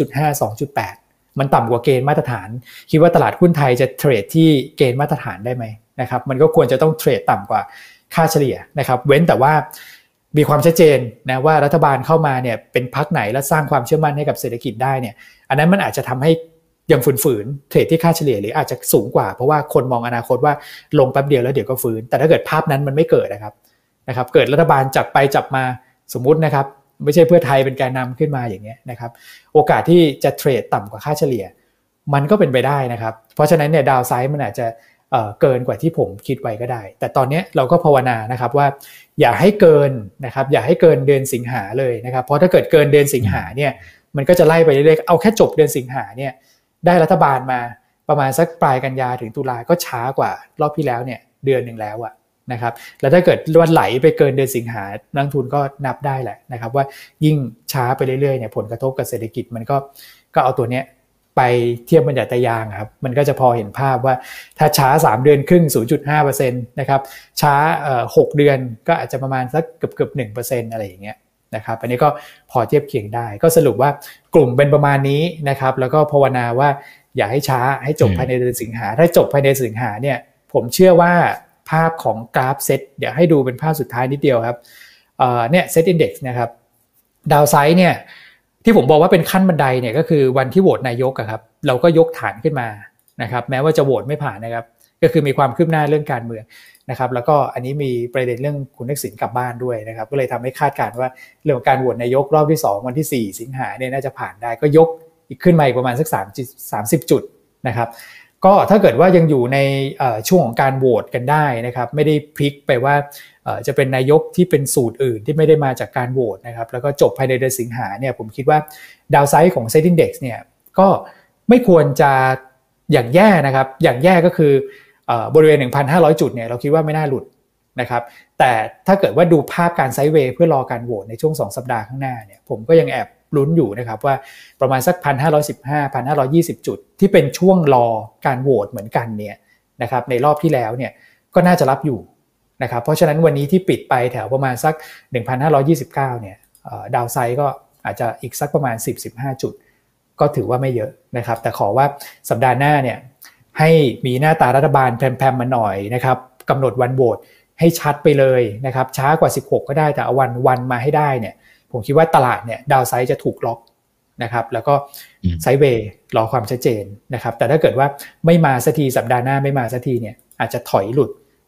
C: 2.5 2.8 มันต่ำกว่าเกณฑ์มาตรฐานคิดว่าตลาดหุ้นไทยจะเทรดที่เกณฑ์มาตรฐานได้ไหมนะครับมันก็ควรจะต้องเทรดต่ำกว่าค่าเฉลี่ยนะครับเว้นแต่ว่ามีความชัดเจนนะว่ารัฐบาลเข้ามาเนี่ยเป็นพรรคไหนและสร้างความเชื่อมั่นให้กับเศรษฐกิจได้เนี่ยอันนั้นมันอาจจะทำให้ยังฝืนเทรดที่ค่าเฉลี่ยหรืออาจจะสูงกว่าเพราะว่าคนมองอนาคตว่าลงแป๊บเดียวแล้วเดี๋ยวก็ฟื้นแต่ถ้าเกิดภาพนั้นมันไม่เกิดนะครับเกิดรัฐบาลจับไปจับมาสมมุตินะครับไม่ใช่เพื่อไทยเป็นแกนนำขึ้นมาอย่างเงี้ยนะครับโอกาสที่จะเทรดต่ำกว่าค่าเฉลี่ยมันก็เป็นไปได้นะครับเพราะฉะนั้นเนี่ยดาวไซด์มันอาจจะเกินกว่าที่ผมคิดไว้ก็ได้แต่ตอนนี้เราก็ภาวนานะครับว่าอย่าให้เกินนะครับอย่าให้เกินเดือนสิงหาเลยนะครับเพราะถ้าเกิดเกินเดือนสิงหาเนี่ยมันก็จะไล่ไปเรื่อยๆเอาแค่จบเดือนสิงหาเนี่ยได้รัฐบาลมาประมาณสักปลายกันยาถึงตุลาก็ช้ากว่ารอบที่แล้วเนี่ยเดือนนึงแล้วอะนะครับแล้วถ้าเกิดวันไหลไปเกินเดือนสิงหานักลงทุนก็นับได้แหละนะครับว่ายิ่งช้าไปเรื่อยๆเนี่ยผลกระทบกับเศรษฐกิจมันก็เอาตัวเนี้ยไปเทียบบัญญัติยางครับมันก็จะพอเห็นภาพว่าถ้าช้า3เดือนครึ่ง 0.5% นะครับช้า6เดือนก็อาจจะประมาณสักเกือบ 1% อะไรอย่างเงี้ยนะครับอันนี้ก็พอเทียบเคียงได้ก็สรุปว่ากลุ่มเป็นประมาณนี้นะครับแล้วก็ภาวนาว่าอย่าให้ช้าให้จบภายในเดือนสิงหาถ้าจบภายในสิงหาเนี่ยผมเชื่อว่าภาพของกราฟเซตเดี๋ยวให้ดูเป็นภาพสุดท้ายนิดเดียวครับเนี่ยเซตอินเด็กซ์นะครับดาวไซด์เนี่ยที่ผมบอกว่าเป็นขั้นบันไดเนี่ยก็คือวันที่โหวตนายกครับเราก็ยกฐานขึ้นมานะครับแม้ว่าจะโหวตไม่ผ่านนะครับก็คือมีความคืบหน้าเรื่องการเมืองนะครับแล้วก็อันนี้มีประเด็นเรื่องคุณทักษิณกลับบ้านด้วยนะครับก็เลยทำให้คาดการณ์ว่าเรื่องการโหวตนายกรอบที่2วันที่4สิงหาเนี่ยน่าจะผ่านได้ก็ยกอีกขึ้นมาอีกประมาณสัก30จุดนะครับก็ถ้าเกิดว่ายังอยู่ในช่วงของการโหวตกันได้นะครับไม่ได้พลิกไปว่าจะเป็นนายกที่เป็นสูตรอื่นที่ไม่ได้มาจากการโหวตนะครับแล้วก็จบภายในเดือนสิงหาเนี่ยผมคิดว่าดาวไซด์ของ Set Index เนี่ยก็ไม่ควรจะอย่างแย่นะครับอย่างแย่ก็คือบริเวณ 1,500 จุดเนี่ยเราคิดว่าไม่น่าหลุดนะครับแต่ถ้าเกิดว่าดูภาพการไซด์เวย์เพื่อรอการโหวตในช่วง2สัปดาห์ข้างหน้าเนี่ยผมก็ยังแอบลุ้นอยู่นะครับว่าประมาณสัก 1,515 1,520 จุดที่เป็นช่วงรอการโหวตเหมือนกันเนี่ยนะครับในรอบที่แล้วเนี่ยก็น่าจะรับอยู่นะครับเพราะฉะนั้นวันนี้ที่ปิดไปแถวประมาณสัก 1,529 เนี่ยดาวไซด์ก็อาจจะอีกสักประมาณ 10-15 จุดก็ถือว่าไม่เยอะนะครับแต่ขอว่าสัปดาห์หน้าเนี่ยให้มีหน้าตารัฐบาลแพรมๆมาหน่อยนะครับกำหนดวันโหวตให้ชัดไปเลยนะครับช้ากว่า16ก็ได้แต่เอาวันมาให้ได้เนี่ยผมคิดว่าตลาดเนี่ยดาวไซด์จะถูกล็อกนะครับแล้วก็ไซด์เวย์รอความชัดเจนนะครับแต่ถ้าเกิดว่าไม่มาสักทีสัปดาห์หน้าไม่มาสักทีเนี่ยอาจจะถอยหลุด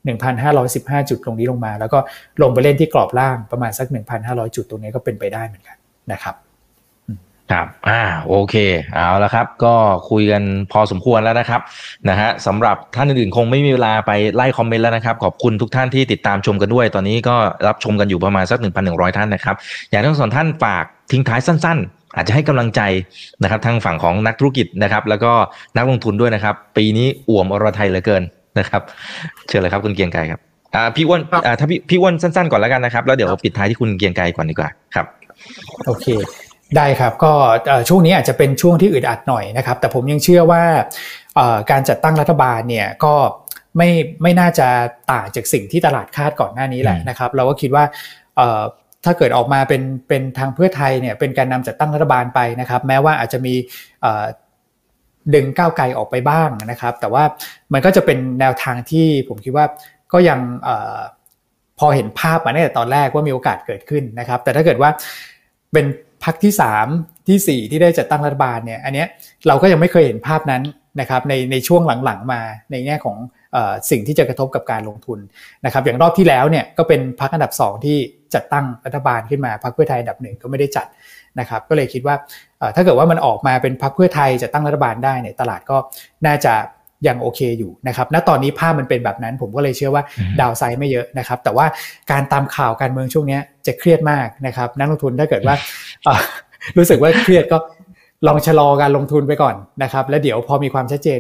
C: 1,515 จุดตรงนี้ลงมาแล้วก็ลงไปเล่นที่กรอบล่างประมาณสัก 1,500 จุดตรงนี้ก็เป็นไปได้เหมือนกันนะครับ
B: ครับโอเคเอาละครับก็คุยกันพอสมควรแล้วนะครับนะฮะสำหรับท่านอื่นๆคงไม่มีเวลาไปไล่คอมเมนต์แล้วนะครับขอบคุณทุกท่านที่ติดตามชมกันด้วยตอนนี้ก็รับชมกันอยู่ประมาณสัก 1,100 ท่านนะครับอยากให้ทั้งสองท่านฝากทิ้งท้ายสั้นๆอาจจะให้กำลังใจนะครับทางฝั่งของนักธุรกิจนะครับแล้วก็นักลงทุนด้วยนะครับปีนี้อ่วมอรไทยเหลือเกินนะครับเชิญเลยครับคุณเกียงไกรครับพี่อ้วนถ้าพี่อ้วนสั้นๆก่อนแล้วกันนะครับแล้วเดี๋ยวปิดท้ายที่คุณเกียงไกรก่อนดีกว่าครับ
C: โอเคได้ครับก็ช่วงนี้อาจจะเป็นช่วงที่อึดอัดหน่อยนะครับแต่ผมยังเชื่อว่าการจัดตั้งรัฐบาลเนี่ยก็ไม่น่าจะต่างจากสิ่งที่ตลาดคาดก่อนหน้านี้แหละนะครับเราก็คิดว่าถ้าเกิดออกมาเป็นทางเพื่อไทยเนี่ยเป็นการนำจัดตั้งรัฐบาลไปนะครับแม้ว่าอาจจะมีดึงก้าวไกลออกไปบ้างนะครับแต่ว่ามันก็จะเป็นแนวทางที่ผมคิดว่าก็ยังพอเห็นภาพมาตั้งแต่ตอนแรกว่ามีโอกาสเกิดขึ้นนะครับแต่ถ้าเกิดว่าเป็นพรรคที่3ที่4ที่ได้จัดตั้งรัฐบาลเนี่ยอันเนี้ยเราก็ยังไม่เคยเห็นภาพนั้นนะครับในช่วงหลังๆมาในแง่ของสิ่งที่จะกระทบกับการลงทุนนะครับอย่างรอบที่แล้วเนี่ยก็เป็นพรรคอันดับ2ที่จัดตั้งรัฐบาลขึ้นมาพรรคเพื่อไทยอันดับ1ก็ไม่ได้จัดนะครับก็เลยคิดว่าถ้าเกิดว่ามันออกมาเป็นพรรคเพื่อไทยจัดตั้งรัฐบาลได้เนี่ยตลาดก็น่าจะยังโอเคอยู่นะครับณตอนนี้ภาพมันเป็นแบบนั้นผมก็เลยเชื่อว่าดาวไซด์ไม่เยอะนะครับแต่ว่าการตามข่าวการเมืองช่วงนี้จะเครียดมากนะครับนักลงทุนถ้าเกิดว่ารู้สึกว่าเครียดก็ลองชะลอการลงทุนไปก่อนนะครับแล้วเดี๋ยวพอมีความชัดเจนเนี่ย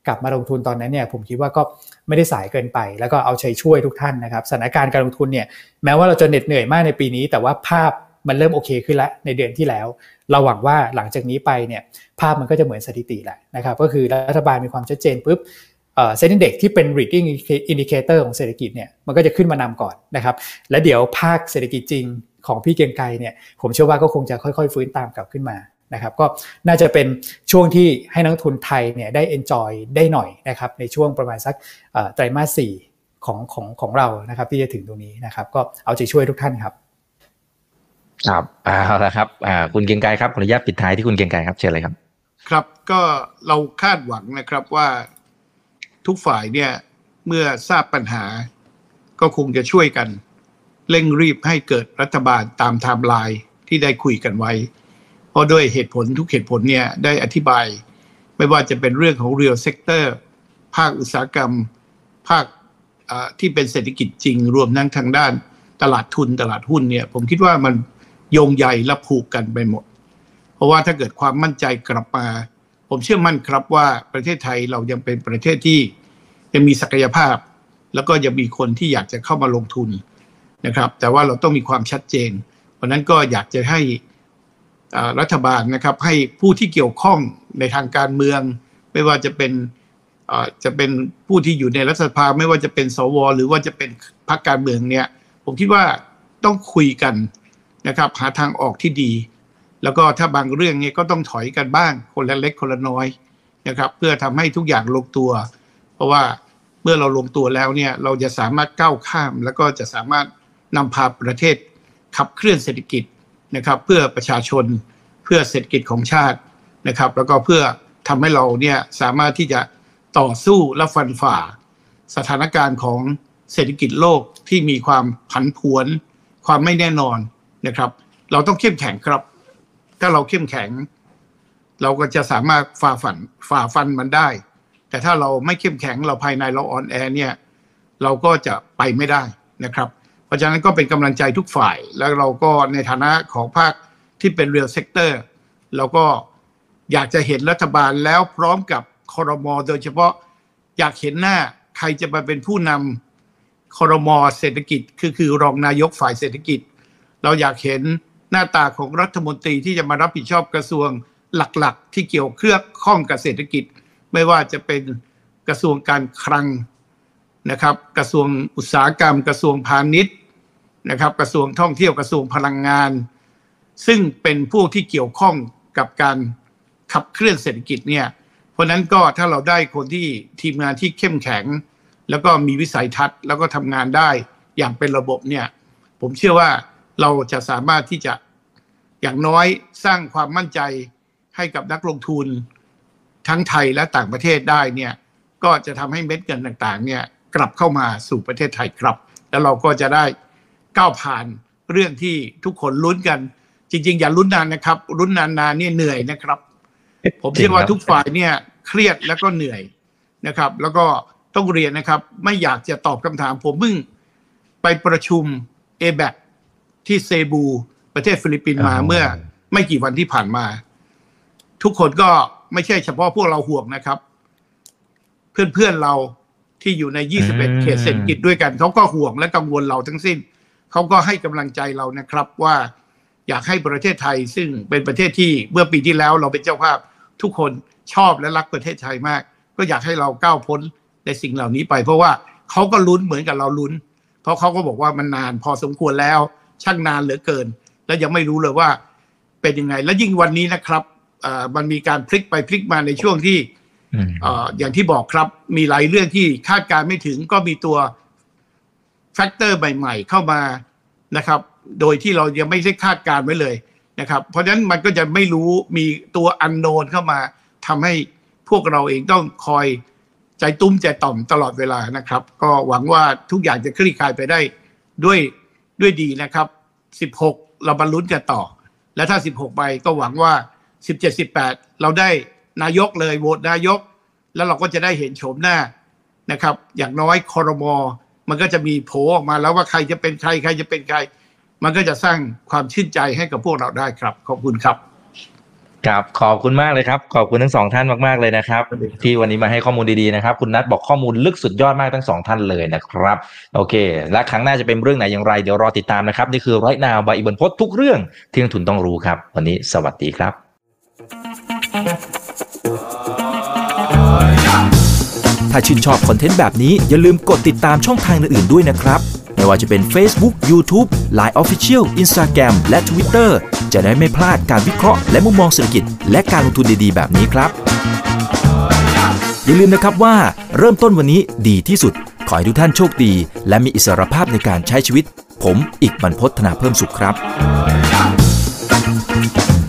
C: กลับมาลงทุนตอนนั้นเนี่ยผมคิดว่าก็ไม่ได้สายเกินไปแล้วก็เอาใจช่วยทุกท่านนะครับสถานการณ์การลงทุนเนี่ยแม้ว่าเราจะเหน็ดเหนื่อยมากในปีนี้แต่ว่าภาพมันเริ่มโอเคขึ้นแล้วในเดือนที่แล้วเราหวังว่าหลังจากนี้ไปเนี่ยภาพมันก็จะเหมือนสถิติแหละนะครับก็คือรัฐบาลมีความชัดเจนปุ๊บเซ็นดิ้งเด็กที่เป็น leading indicator ของเศรษฐกิจเนี่ยมันก็จะขึ้นมานำก่อนนะครับและเดี๋ยวภาคเศรษฐกิจจริงของพี่เกรียงไกรเนี่ยผมเชื่อว่าก็คงจะค่อยๆฟื้นตามกลับขึ้นมานะครับก็น่าจะเป็นช่วงที่ให้นักทุนไทยเนี่ยได้ enjoy ได้หน่อยนะครับในช่วงประมาณสักไตรมาส 4ของเรานะครับที่จะถึงตรงนี้นะครับก็เอาใจช่วยทุกท่านครับ
B: ครับเอาละครับคุณเกรียงไกรครับขออนุญาตปิดท้ายที่คุณเกรียงไกรครับเชิญเลยครับ
D: ครับก็เราคาดหวังนะครับว่าทุกฝ่ายเนี่ยเมื่อทราบปัญหาก็คงจะช่วยกันเร่งรีบให้เกิดรัฐบาลตามไทม์ไลน์ที่ได้คุยกันไว้เพราะด้วยเหตุผลทุกเหตุผลเนี่ยได้อธิบายไม่ว่าจะเป็นเรื่องของ real sector ภาคอุตสาหกรรมภาคที่เป็นเศรษฐกิจจริงรวมทั้งทางด้านตลาดทุนตลาดหุ้นเนี่ยผมคิดว่ามันโยงใยและผูกกันไปหมดเพราะว่าถ้าเกิดความมั่นใจกลับมาผมเชื่อมั่นครับว่าประเทศไทยเรายังเป็นประเทศที่ยังมีศักยภาพแล้วก็ยังมีคนที่อยากจะเข้ามาลงทุนนะครับแต่ว่าเราต้องมีความชัดเจนเพราะนั้นก็อยากจะให้รัฐบาลนะครับให้ผู้ที่เกี่ยวข้องในทางการเมืองไม่ว่าจะเป็นผู้ที่อยู่ในรัฐสภาไม่ว่าจะเป็นสวหรือว่าจะเป็นพรรคการเมืองเนี่ยผมคิดว่าต้องคุยกันนะครับหาทางออกที่ดีแล้วก็ถ้าบางเรื่องเนี่ยก็ต้องถอยกันบ้างคนละเล็กคนละน้อยนะครับเพื่อทำให้ทุกอย่างลงตัวเพราะว่าเมื่อเราลงตัวแล้วเนี่ยเราจะสามารถก้าวข้ามแล้วก็จะสามารถนำพาประเทศขับเคลื่อนเศรษฐกิจนะครับเพื่อประชาชนเพื่อเศรษฐกิจของชาตินะครับแล้วก็เพื่อทำให้เราเนี่ยสามารถที่จะต่อสู้และฟันฝ่าสถานการณ์ของเศรษฐกิจโลกที่มีความผันผวนความไม่แน่นอนนะครับเราต้องเข้มแข็งครับถ้าเราเข้มแข็งเราก็จะสามารถฝ่าฟันมันได้แต่ถ้าเราไม่เข้มแข็งเราภายในเราอ่อนแอเนี่ยเราก็จะไปไม่ได้นะครับเพราะฉะนั้นก็เป็นกำลังใจทุกฝ่ายแล้วเราก็ในฐานะของภาคที่เป็น real sector เราก็อยากจะเห็นรัฐบาลแล้วพร้อมกับครม.โดยเฉพาะอยากเห็นหน้าใครจะมาเป็นผู้นำครม.เศรษฐกิจคือรองนายกฝ่ายเศรษฐกิจเราอยากเห็นหน้าตาของรัฐมนตรีที่จะมารับผิดชอบกระทรวงหลักๆที่เกี่ยวข้องกับเศรษฐกิจไม่ว่าจะเป็นกระทรวงการคลังนะครับกระทรวงอุตสาหกรรมกระทรวงพาณิชย์นะครับกระทรวงท่องเที่ยวกระทรวงพลังงานซึ่งเป็นผู้ที่เกี่ยวข้องกับการขับเคลื่อนเศรษฐกิจเนี่ยเพราะนั้นก็ถ้าเราได้คนที่ทีมงานที่เข้มแข็งแล้วก็มีวิสัยทัศน์แล้วก็ทำงานได้อย่างเป็นระบบเนี่ยผมเชื่อว่าเราจะสามารถที่จะอย่างน้อยสร้างความมั่นใจให้กับนักลงทุนทั้งไทยและต่างประเทศได้เนี่ยก็จะทำให้เม็ดเงินต่างๆเนี่ยกลับเข้ามาสู่ประเทศไทยครับแล้วเราก็จะได้ก้าวผ่านเรื่องที่ทุกคนลุ้นกันจริงๆอย่าลุ้นนานนะครับลุ้นนานๆเนี่ยเหนื่อยนะครับผมเชื่อว่าทุกฝ่ายเนี่ยเครียดแล้วก็เหนื่อยนะครับแล้วก็ต้องเรียนนะครับไม่อยากจะตอบคำถามผมเพิ่งไปประชุม ABAC ที่เซบูประเทศฟิลิปปินส์มาเมื่อไม่กี่วันที่ผ่านมาทุกคนก็ไม่ใช่เฉพาะพวกเราห่วงนะครับเพื่อนๆเราที่อยู่ใน21เขตเศรษฐกิจด้วยกันเขาก็ห่วงและกังวลเราทั้งสิ้นเขาก็ให้กำลังใจเรานะครับว่าอยากให้ประเทศไทยซึ่งเป็นประเทศที่เมื่อปีที่แล้วเราเป็นเจ้าภาพทุกคนชอบและรักประเทศไทยมากก็อยากให้เราก้าวพ้นในสิ่งเหล่านี้ไปเพราะว่าเขาก็ลุ้นเหมือนกับเราลุ้นเพราะเขาก็บอกว่ามันนานพอสมควรแล้วช่างนานเหลือเกินและยังไม่รู้เลยว่าเป็นยังไงและยิ่งวันนี้นะครับมันมีการพลิกไปพลิกมาในช่วงที่อย่างที่บอกครับมีหลายเรื่องที่คาดการไม่ถึงก็มีตัวแฟกเตอร์ใหม่ๆเข้ามานะครับโดยที่เรายังไม่ได้คาดการไว้เลยนะครับเพราะฉะนั้นมันก็จะไม่รู้มีตัวอันโนนเข้ามาทำให้พวกเราเองต้องคอยใจตุ้มใจต่อมตลอดเวลานะครับก็หวังว่าทุกอย่างจะคลี่คลายไปได้ด้วยดีนะครับ16เราบรรลุกันต่อและถ้า16ไปก็หวังว่า17-18เราได้นายกเลยโหวตนายกแล้วเราก็จะได้เห็นโฉมหน้านะครับอย่างน้อยครม.มันก็จะมีโผล่ออกมาแล้วว่าใครจะเป็นใครจะเป็นใครมันก็จะสร้างความชื่นใจให้กับพวกเราได้ครับขอบคุณครับ
B: ครับขอบคุณมากเลยครับขอบคุณทั้งสองท่านมากๆเลยนะครับที่วันนี้มาให้ข้อมูลดีๆนะครับคุณนัทบอกข้อมูลลึกสุดยอดมากทั้งสองท่านเลยนะครับโอเคและครั้งหน้าจะเป็นเรื่องไหนอย่างไรเดี๋ยวรอติดตามนะครับนี่คือ Right Now บายอิบลพจน์ทุกเรื่องที่นักทุนต้องรู้ครับวันนี้สวัสดีครับ
E: ถ้าชื่นชอบคอนเทนต์แบบนี้อย่าลืมกดติดตามช่องทางอื่นๆด้วยนะครับไม่ว่าจะเป็น Facebook, YouTube, Line Official, Instagram และ Twitter จะได้ไม่พลาดการวิเคราะห์และมุมมองเศรษฐกิจและการลงทุนดีๆแบบนี้ครับอย่าลืมนะครับว่าเริ่มต้นวันนี้ดีที่สุดขอให้ทุกท่านโชคดีและมีอิสรภาพในการใช้ชีวิตผมอิกบรรพต ธนาเพิ่มสุขครับ